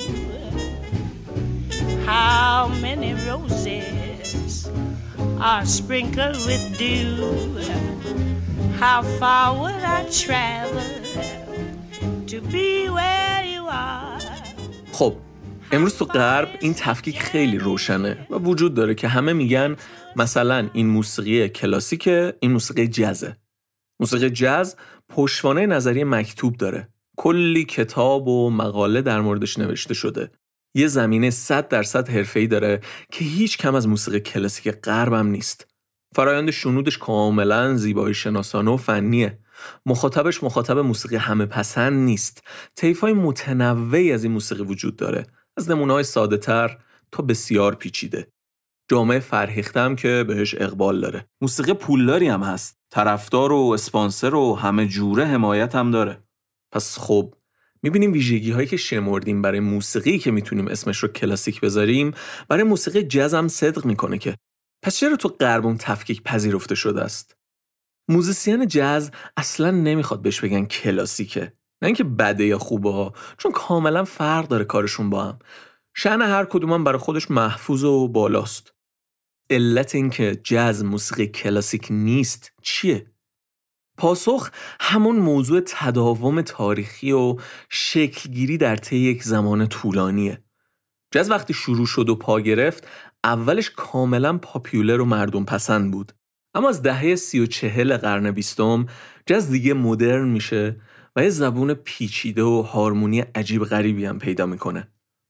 How many roses are sprinkled with dew? How far would I travel to be where you are? خب امروز تو غرب این تفکیک خیلی روشنه و وجود داره که همه میگن مثلا این موسیقی کلاسیکه، این موسیقی جزه. موسیقی جز پشتوانه نظری مکتوب داره. کلی کتاب و مقاله در موردش نوشته شده. یه زمینه 100% حرفه‌ای داره که هیچ کم از موسیقی کلاسیک غرب هم نیست. فرایند شنودش کاملا زیبایی شناسانه و فنیه. مخاطبش مخاطب موسیقی همه پسند نیست. طیف‌های متنوعی از این موسیقی وجود داره، از نمونه‌های ساده‌تر تا بسیار پیچیده. جامعه فرهیخته هم که بهش اقبال داره. موسیقی پولداری هم هست. طرفدار و اسپانسر و همه جوره حمایت هم داره. پس خب می‌بینیم ویژگی‌هایی که شمردیم برای موسیقی که میتونیم اسمش رو کلاسیک بذاریم، برای موسیقی جاز هم صدق میکنه که پس چرا تو غرب اون تفکیک پذیرفته شده است؟ موزیسین جاز اصلا نمیخواد بهش بگن کلاسیکه. نه اینکه بده یا خوبه ها، چون کاملا فرق داره کارشون با هم. شأن هر کدوم برای خودش محفوظ و بالاست. علت این که جاز موسیقی کلاسیک نیست چیه؟ پاسخ همون موضوع تداوم تاریخی و شکلگیری در طی یک زمان طولانیه. جاز وقتی شروع شد و پا گرفت، اولش کاملا پاپیولر و مردم پسند بود. اما از دهه 30 و 40 قرن 20 جاز دیگه مدرن میشه و یه زبون پیچیده و هارمونی عجیب غریبی هم پیدا میکنه.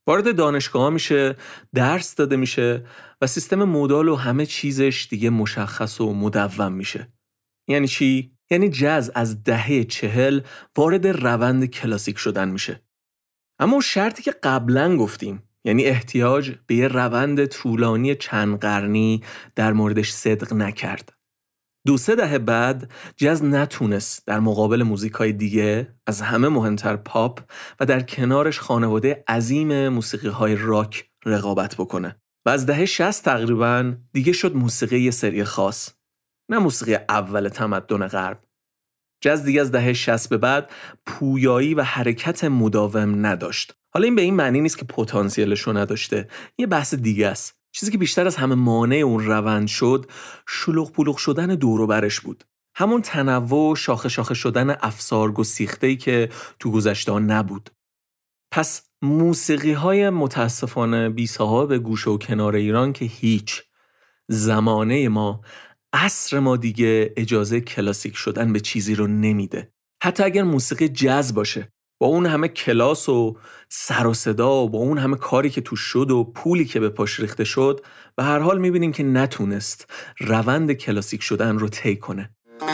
وارد دانشگاه میشه، درس داده میشه و سیستم مودال و همه چیزش دیگه مشخص و مدون میشه. یعنی چی؟ یعنی جاز از دهه 40 وارد روند کلاسیک شدن میشه. اما شرطی که قبلا گفتیم، یعنی احتیاج به یه روند طولانی چند قرنی در موردش صدق نکرد. 2-3 دهه بعد جاز نتونست در مقابل موزیکای دیگه از همه مهمتر پاپ و در کنارش خانواده عظیم موسیقی‌های راک رقابت بکنه و از دهه 60 تقریباً دیگه شد موسیقی یه سری خاص، نه موسیقی اول تمدن غرب. جاز دیگه از دهه 60 به بعد پویایی و حرکت مداوم نداشت. حالا این به این معنی نیست که پتانسیلشو نداشته، یه بحث دیگه است. چیزی که بیشتر از همه مانع اون روند شد، شلوغ پلوغ شدن دور و برش بود. همون تنوع و شاخه شاخه شدن افسار گسیخته‌ای که تو گذشته نبود. پس موسیقی‌های متاسفانه بی‌صاحب گوشه و کنار ایران که هیچ. زمانه ما، عصر ما دیگه اجازه کلاسیک شدن به چیزی رو نمیده. حتی اگر موسیقی جاز باشه، با اون همه کلاس و سر و صدا و با اون همه کاری که تو شد و پولی که به پاش ریخته شد، به هر حال میبینیم که نتونست روند کلاسیک شدن رو طی کنه.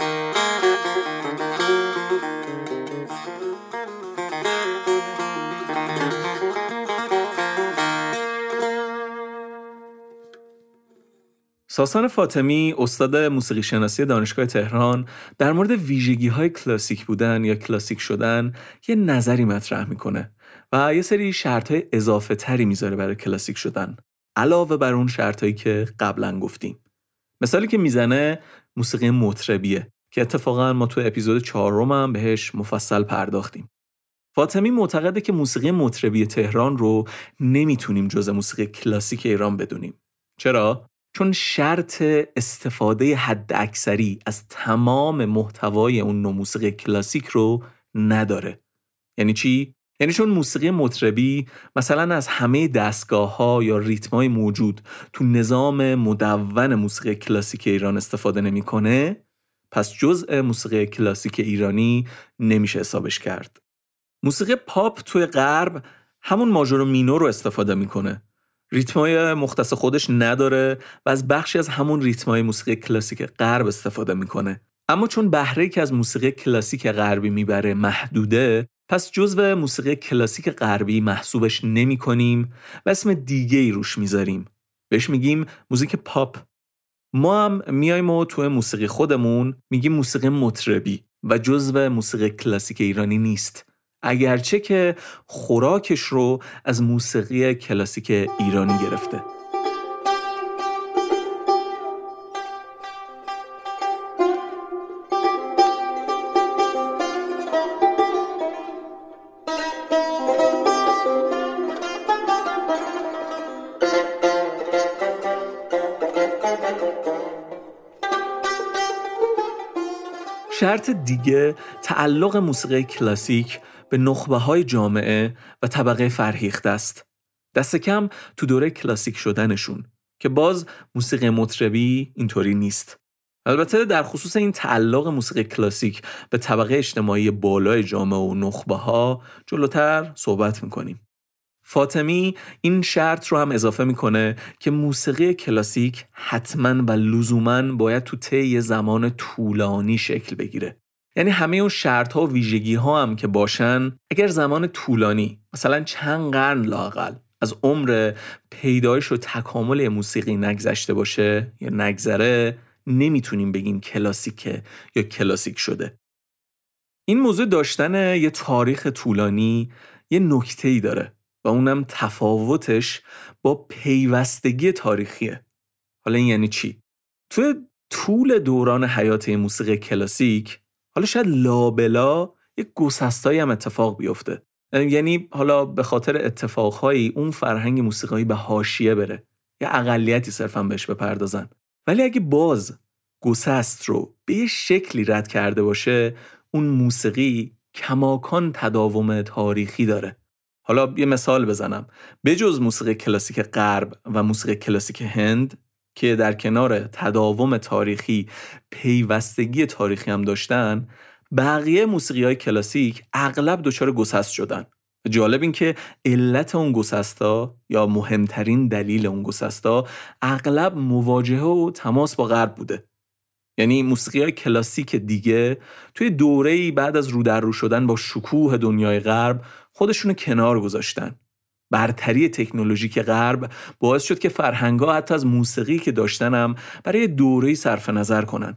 ساسان فاطمی، استاد موسیقی شناسی دانشگاه تهران، در مورد ویژگی‌های کلاسیک بودن یا کلاسیک شدن یه نظری مطرح میکنه و یه سری شرط‌های اضافه تری میذاره برای کلاسیک شدن، علاوه بر اون شرطایی که قبلا گفتیم. مثالی که میزنه موسیقی مطربیه که اتفاقا ما تو اپیزود 4 هم بهش مفصل پرداختیم. فاطمی معتقده که موسیقی مطربی تهران رو نمیتونیم جز موسیقی کلاسیک ایران بدونیم. چرا؟ چون شرط استفاده حد اکثری از تمام محتوای اون نوع موسیقی کلاسیک رو نداره. یعنی چی؟ یعنی چون موسیقی مطربی مثلا از همه دستگاه‌ها یا ریتم‌های موجود تو نظام مدون موسیقی کلاسیک ایران استفاده نمی‌کنه، پس جزء موسیقی کلاسیک ایرانی نمیشه حسابش کرد. موسیقی پاپ توی غرب همون ماژور و مینور رو استفاده می‌کنه. ریتمای مختص خودش نداره و از بخشی از همون ریتمای موسیقی کلاسیک غرب استفاده میکنه. اما چون بهره‌ای که از موسیقی کلاسیک غربی میبره محدوده، پس جزو موسیقی کلاسیک غربی محسوبش نمی‌کنیم و اسم دیگه‌ای روش میذاریم. بهش میگیم موزیک پاپ. ما هم میایم و توی موسیقی خودمون میگیم موسیقی مطربی و جزو موسیقی کلاسیک ایرانی نیست. اگرچه که خوراکش رو از موسیقی کلاسیک ایرانی گرفته. شرط دیگه تعلق موسیقی کلاسیک به نخبه‌های جامعه و طبقه فرهیخته است. دست کم تو دوره کلاسیک شدنشون که باز موسیقی مطربی اینطوری نیست. البته در خصوص این تعلق موسیقی کلاسیک به طبقه اجتماعی بالای جامعه و نخبه‌ها جلوتر صحبت می‌کنیم. فاطمی این شرط رو هم اضافه میکنه که موسیقی کلاسیک حتماً و لزوماً باید تو طی زمان طولانی شکل بگیره. یعنی همه اون شرط‌ها و ویژگی‌ها هم که باشن، اگر زمان طولانی، مثلا چند قرن لااقل، از عمر پیدایش و تکامل موسیقی نگذشته باشه یا نگذره، نمیتونیم بگیم کلاسیکه یا کلاسیک شده. این موضوع داشتن یه تاریخ طولانی یه نکته‌ای داره و اونم تفاوتش با پیوستگی تاریخیه. حالا این یعنی چی؟ توی طول دوران حیات موسیقی کلاسیک حالا شاید لابلا یک گسستایی هم اتفاق بیفته. یعنی حالا به خاطر اتفاقهایی اون فرهنگ موسیقایی به حاشیه بره یا اقلیتی صرفا بهش بپردازن. ولی اگه باز گسست رو به یه شکلی رد کرده باشه، اون موسیقی کماکان تداوم تاریخی داره. حالا یه مثال بزنم. بجز موسیقی کلاسیک غرب و موسیقی کلاسیک هند که در کنار تداوم تاریخی پیوستگی تاریخی هم داشتن، بقیه موسیقی‌های کلاسیک اغلب دچار گسست شدن. جالب این که علت اون گسستا یا مهمترین دلیل اون گسستا اغلب مواجهه و تماس با غرب بوده. یعنی موسیقی‌های کلاسیک دیگه توی دوره‌ای بعد از رو در رو شدن با شکوه دنیای غرب خودشونو کنار گذاشتن. برتری تکنولوژیک غرب باعث شد که فرهنگ‌ها حتی از موسیقی که داشتن هم برای دوره‌ای صرف نظر کنن.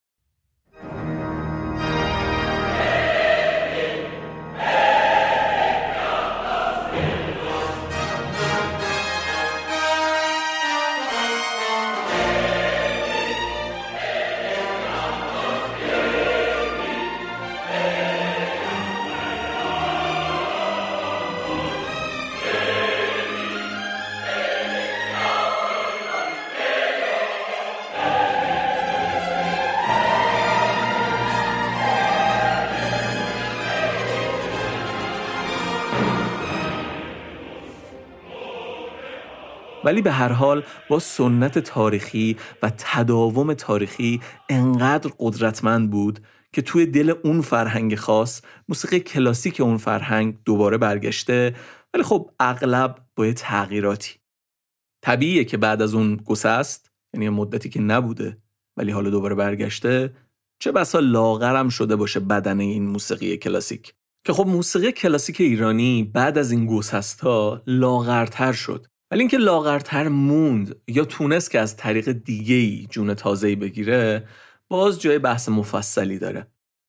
ولی به هر حال با سنت تاریخی و تداوم تاریخی انقدر قدرتمند بود که توی دل اون فرهنگ خاص موسیقی کلاسیک اون فرهنگ دوباره برگشته، ولی خب اغلب با یه تغییراتی. طبیعیه که بعد از اون گسست، یعنی مدتی که نبوده ولی حالا دوباره برگشته، چه بسا لاغرم شده باشه بدن این موسیقی کلاسیک. که خب موسیقی کلاسیک ایرانی بعد از این گسست‌ها لاغرتر شد. ولی اینکه لاغرتر موند یا تونست که از طریق دیگه‌ای جون تازه‌ای بگیره باز جای بحث مفصلی داره.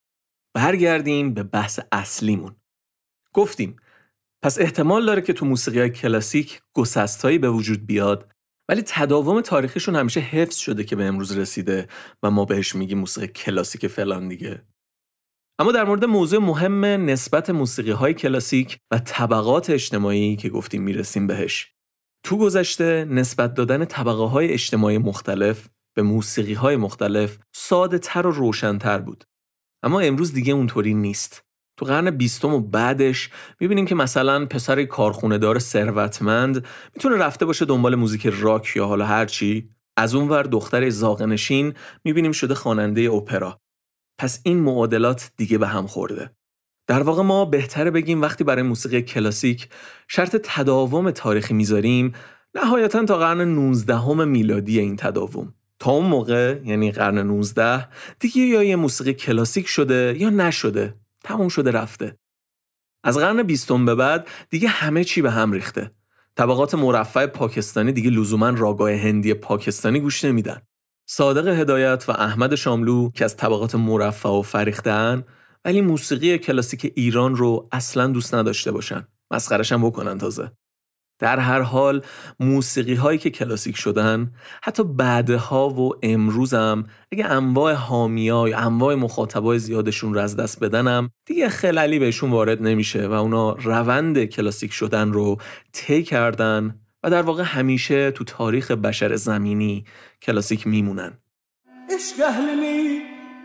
برگردیم به بحث اصلیمون. گفتیم پس احتمال داره که تو موسیقی‌های کلاسیک گسستایی به وجود بیاد، ولی تداوم تاریخیشون همیشه حفظ شده که به امروز رسیده و ما بهش میگیم موسیقی کلاسیک فلان دیگه. اما در مورد موضوع مهم نسبت موسیقی‌های کلاسیک و طبقات اجتماعی که گفتیم میرسیم بهش. تو گذشته نسبت دادن طبقه‌های اجتماعی مختلف به موسیقی‌های مختلف ساده‌تر و روشن‌تر بود. اما امروز دیگه اونطوری نیست. تو قرن 20 و بعدش می‌بینیم که مثلا پسر کارخونه‌دار ثروتمند میتونه رفته باشه دنبال موزیک راک یا حالا هر چی، از اونور دختر زاغه‌نشین می‌بینیم شده خواننده اپرا. پس این معادلات دیگه به هم خورده. در واقع ما بهتره بگیم وقتی برای موسیقی کلاسیک شرط تداوم تاریخی میذاریم، نهایتاً تا قرن 19 میلادی این تداوم. تا اون موقع یعنی قرن 19 دیگه یا یه موسیقی کلاسیک شده یا نشده، تموم شده رفته. از قرن 20 به بعد دیگه همه چی به هم ریخته. طبقات مرفه پاکستانی دیگه لزوماً راگای هندی پاکستانی گوش نمیدن. صادق هدایت و احمد شاملو که از طبقات مرفه و فریخته‌اند، ولی موسیقی کلاسیک ایران رو اصلاً دوست نداشته باشن. مسخره‌ش هم بکنن تازه. در هر حال موسیقی هایی که کلاسیک شدن حتی بعدها و امروز هم اگه انواع حامیا یا انواع مخاطبای زیادشون رو از دست بدنم دیگه خللی بهشون وارد نمیشه و اونا روند کلاسیک شدن رو طی کردن و در واقع همیشه تو تاریخ بشر زمینی کلاسیک میمونن. عشق اهلنی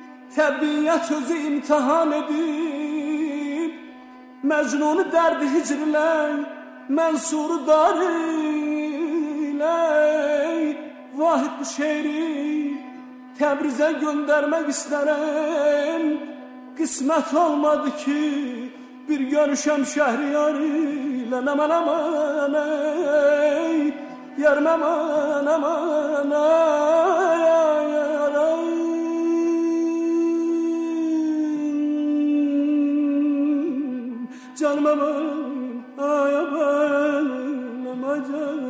طبیعت و امتحان دید مجنون درد هجرلن منصور داری واحد bu şehri Tebriz'e göndermek isterim kısmet olmadı ki bir görüşem şehriyarıyla aman aman ey yarım aman aman canım aman ay aman aman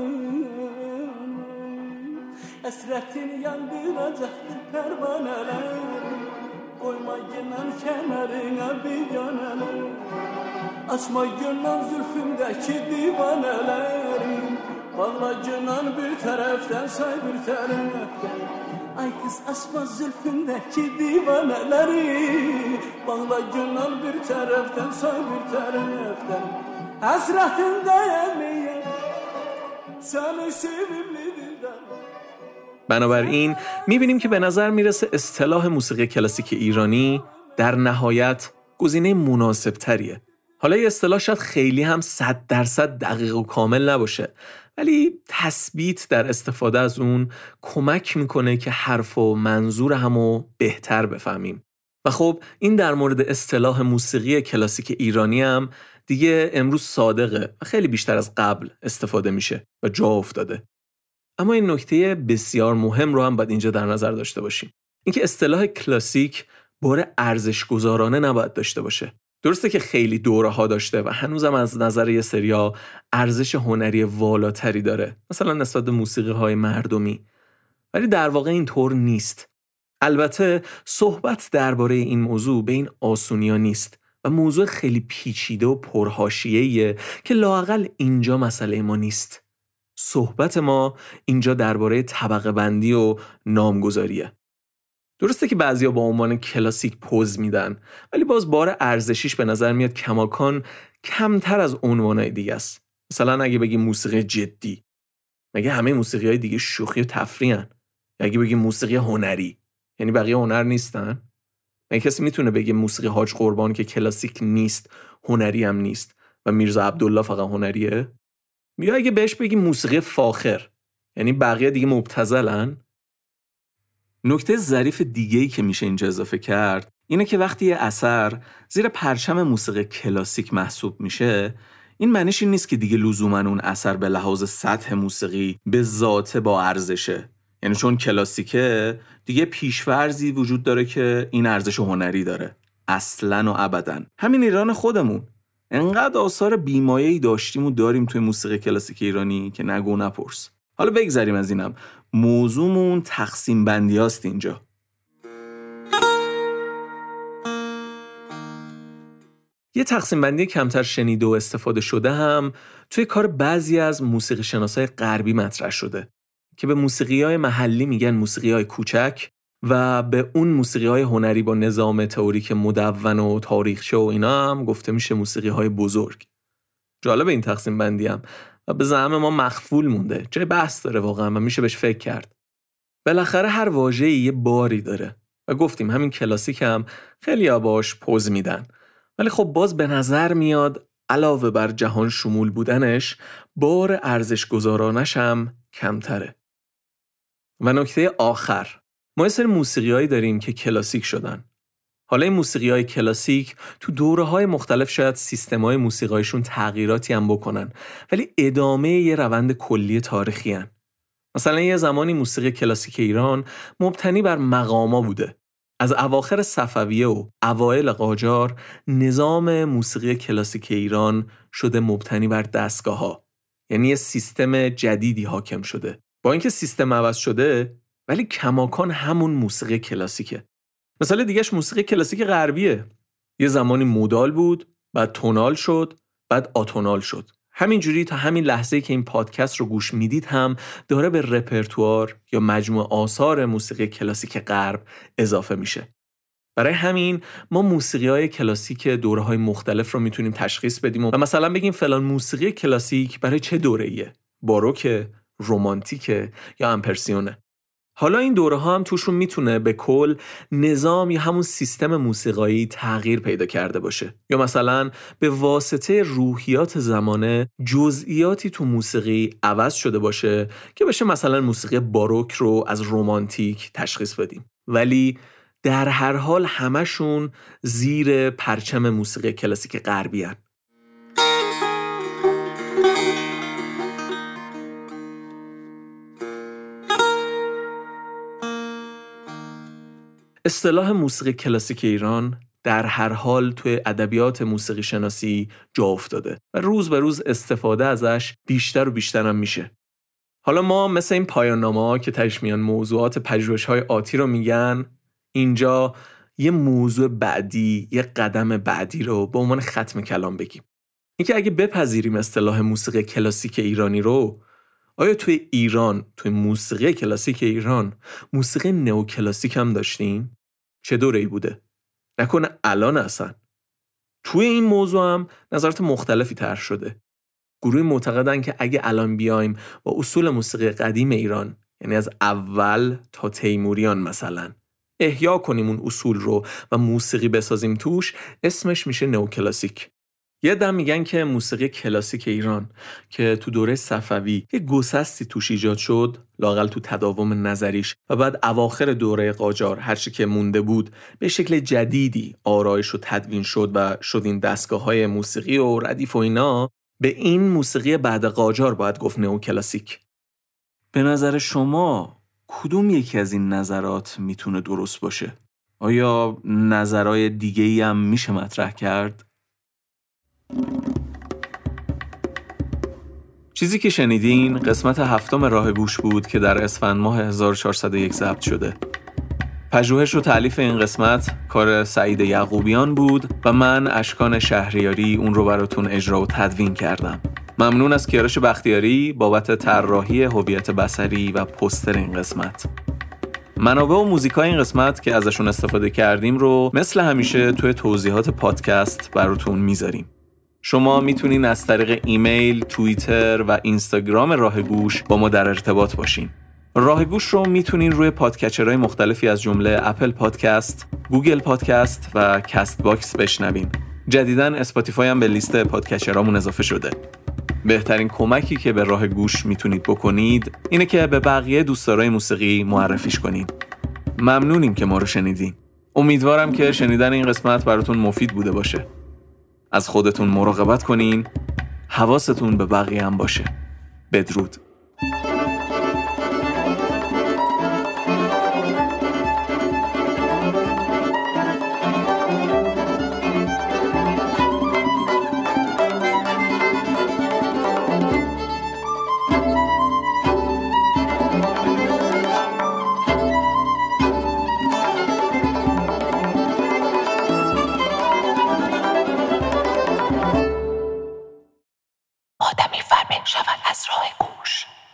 esretin yandıracaktır pervaneler koyma gelen kenarına bir yaneler açma gönlün zülfümdeki divaneler bağla gönlün bir taraftan say bir taraftan ay kız açma zülfümdeki divaneleri bağla gönlün bir taraftan say bir taraftan hasretin dayanmıyor seni sevimli dilden. بنابراین میبینیم که به نظر میرسه اصطلاح موسیقی کلاسیک ایرانی در نهایت گزینه مناسب تریه. حالا این اصطلاح شاید خیلی هم 100% دقیق و کامل نباشه، ولی تثبیت در استفاده از اون کمک میکنه که حرف و منظور همو بهتر بفهمیم. و خب این در مورد اصطلاح موسیقی کلاسیک ایرانی هم دیگه امروز صادقه و خیلی بیشتر از قبل استفاده میشه و جا افتاده. اما این نکته بسیار مهم رو هم باید اینجا در نظر داشته باشیم. اینکه اصطلاح کلاسیک بار ارزش‌گذارانه نباید داشته باشه. درسته که خیلی دوره‌ها داشته و هنوزم از نظر یه سریا ارزش هنری والاتری داره، مثلا نسبت به موسیقی‌های مردمی، ولی در واقع این طور نیست. البته صحبت درباره این موضوع به این آسونیا نیست و موضوع خیلی پیچیده و پرحاشیه‌ایه که لااقل اینجا مسئله ما نیست. صحبت ما اینجا درباره طبقه بندی و نامگذاریه. درسته که بعضیا با عنوان کلاسیک پوز میدن، ولی باز بار ارزشیش به نظر میاد کماکان کمتر از عنوانای دیگه است. مثلا اگه بگیم موسیقی جدی، مگه همه موسیقی‌های دیگه شوخی و تفریحن؟ اگه بگیم موسیقی هنری، یعنی بقیه هنر نیستن؟ مگه کسی میتونه بگه موسیقی حاج قربان که کلاسیک نیست، هنری هم نیست و میرزا عبدالله فقط هنریه؟ یا اگه بهش بگیم موسیقی فاخر، یعنی بقیه دیگه مبتذلن؟ نکته ظریف دیگه‌ای که میشه اینجا اضافه کرد اینه که وقتی یه اثر زیر پرچم موسیقی کلاسیک محسوب میشه، این معنیش این نیست که دیگه لزوماً اون اثر به لحاظ سطح موسیقی به ذاته با ارزشه. یعنی چون کلاسیکه دیگه پیش‌فرضی وجود داره که این ارزش هنری داره. اصلاً و ابداً. همین ایران خودمون انقدر آثار بیمایه‌ای داشتیم و داریم توی موسیقی کلاسیک ایرانی که نگو نپرس. حالا بگذریم از اینم. موضوعمون تقسیم بندی هاست اینجا. یه تقسیم بندی کمتر شنیده و استفاده شده هم توی کار بعضی از موسیقی شناسای غربی مطرح شده که به موسیقی‌های محلی میگن موسیقی‌های کوچک و به اون موسیقی‌های هنری با نظام تئوریک مدون و تاریخچه و اینا هم گفته میشه موسیقی‌های بزرگ. جالب این تقسیم بندی هم و به زعم ما مخفول مونده. جای بحث داره واقعا و میشه بهش فکر کرد. بالاخره هر واژه‌ای یه باری داره و گفتیم همین کلاسیک هم خیلی‌ها باش پوز میدن. ولی خب باز به نظر میاد علاوه بر جهان شمول بودنش، بار ارزش‌گذارانش هم کمتره. و نکته آخر، ما یه سری موسیقی‌هایی داریم که کلاسیک شدن. حالا این موسیقی‌های کلاسیک تو دوره‌های مختلف شاید سیستم‌های موسیقایشون تغییراتی هم بکنن، ولی ادامه یه روند کلی تاریخی هن. مثلا یه زمانی موسیقی کلاسیک ایران مبتنی بر مقاما بوده. از اواخر صفویه و اوایل قاجار نظام موسیقی کلاسیک ایران شده مبتنی بر دستگاه‌ها. یعنی یه سیستم جدیدی حاکم شده. با اینکه سیستم عوض شده، ولی کماکان همون موسیقی کلاسیکه. مثلا دیگهش موسیقی کلاسیک غربیه. یه زمانی مودال بود، بعد تونال شد، بعد آتونال شد. همینجوری تا همین لحظه‌ای که این پادکست رو گوش میدید هم داره به رپرتوار یا مجموع آثار موسیقی کلاسیک غرب اضافه میشه. برای همین ما موسیقی‌های کلاسیک دوره‌های مختلف رو میتونیم تشخیص بدیم و مثلا بگیم فلان موسیقی کلاسیک برای چه دوره‌ایه؟ باروکه، رمانتیکه یا امپرسیونه. حالا این دوره‌ها هم توشون میتونه به کل نظام یا همون سیستم موسیقایی تغییر پیدا کرده باشه، یا مثلا به واسطه روحیات زمانه جزئیاتی تو موسیقی عوض شده باشه که بشه مثلا موسیقی باروک رو از رمانتیک تشخیص بدیم. ولی در هر حال همشون زیر پرچم موسیقی کلاسیک غربی هن. اصطلاح موسیقی کلاسیک ایران در هر حال توی ادبیات موسیقی شناسی جا افتاده و روز به روز استفاده ازش بیشتر و بیشتر هم میشه. حالا ما مثل این پایان نامه‌ها که تهش میان موضوعات پژوهش‌های آتی رو میگن، اینجا یه موضوع بعدی، یه قدم بعدی رو به عنوان ختم کلام بگیم. اینکه اگه بپذیریم اصطلاح موسیقی کلاسیک ایرانی رو، آیا توی ایران، توی موسیقی کلاسیک ایران، موسیقی نئوکلاسیک هم داشتیم؟ چه دوره‌ای بوده؟ نکنه الان اصلا؟ توی این موضوع هم نظرات مختلفی طرح شده. گروهی معتقدن که اگه الان بیایم با اصول موسیقی قدیم ایران، یعنی از اول تا تیموریان مثلا، احیا کنیم اون اصول رو و موسیقی بسازیم توش، اسمش میشه نئوکلاسیک. یه دم میگن که موسیقی کلاسیک ایران که تو دوره صفوی یه گسستی توش ایجاد شد، لااقل تو تداوم نظریش، و بعد اواخر دوره قاجار هرچی که مونده بود به شکل جدیدی آرایش و تدوین شد و شد این دستگاه‌های موسیقی و ردیف و اینا. به این موسیقی بعد قاجار باید گفت نئو کلاسیک. به نظر شما کدوم یکی از این نظرات میتونه درست باشه؟ آیا نظرهای دیگه‌ای هم میشه مطرح کرد؟ چیزی که شنیدین قسمت 7 راه گوش بود که در اسفند ماه 1401 ضبط شده. پژوهش و تألیف این قسمت کار سعید یعقوبیان بود و من اشکان شهریاری اون رو براتون اجرا و تدوین کردم. ممنون از کیارش بختیاری بابت طراحی هویت بصری و پوستر این قسمت. منابع و موزیکای این قسمت که ازشون استفاده کردیم رو مثل همیشه توی توضیحات پادکست براتون میذاریم. شما میتونین از طریق ایمیل، توییتر و اینستاگرام راه گوش با ما در ارتباط باشین. راه گوش رو میتونین روی پادکچرهای مختلفی از جمله اپل پادکست، گوگل پادکست و کست باکس بشنوین. جدیداً اسپاتیفای هم به لیست پادکچرامون اضافه شده. بهترین کمکی که به راه گوش میتونید بکنید اینه که به بقیه دوستدارای موسیقی معرفیش کنین. ممنونیم که ما رو شنیدین. امیدوارم که شنیدن این قسمت براتون مفید بوده باشه. از خودتون مراقبت کنین، حواستون به بقیه هم باشه. بدرود. آدمی فربه شود از راه گوش.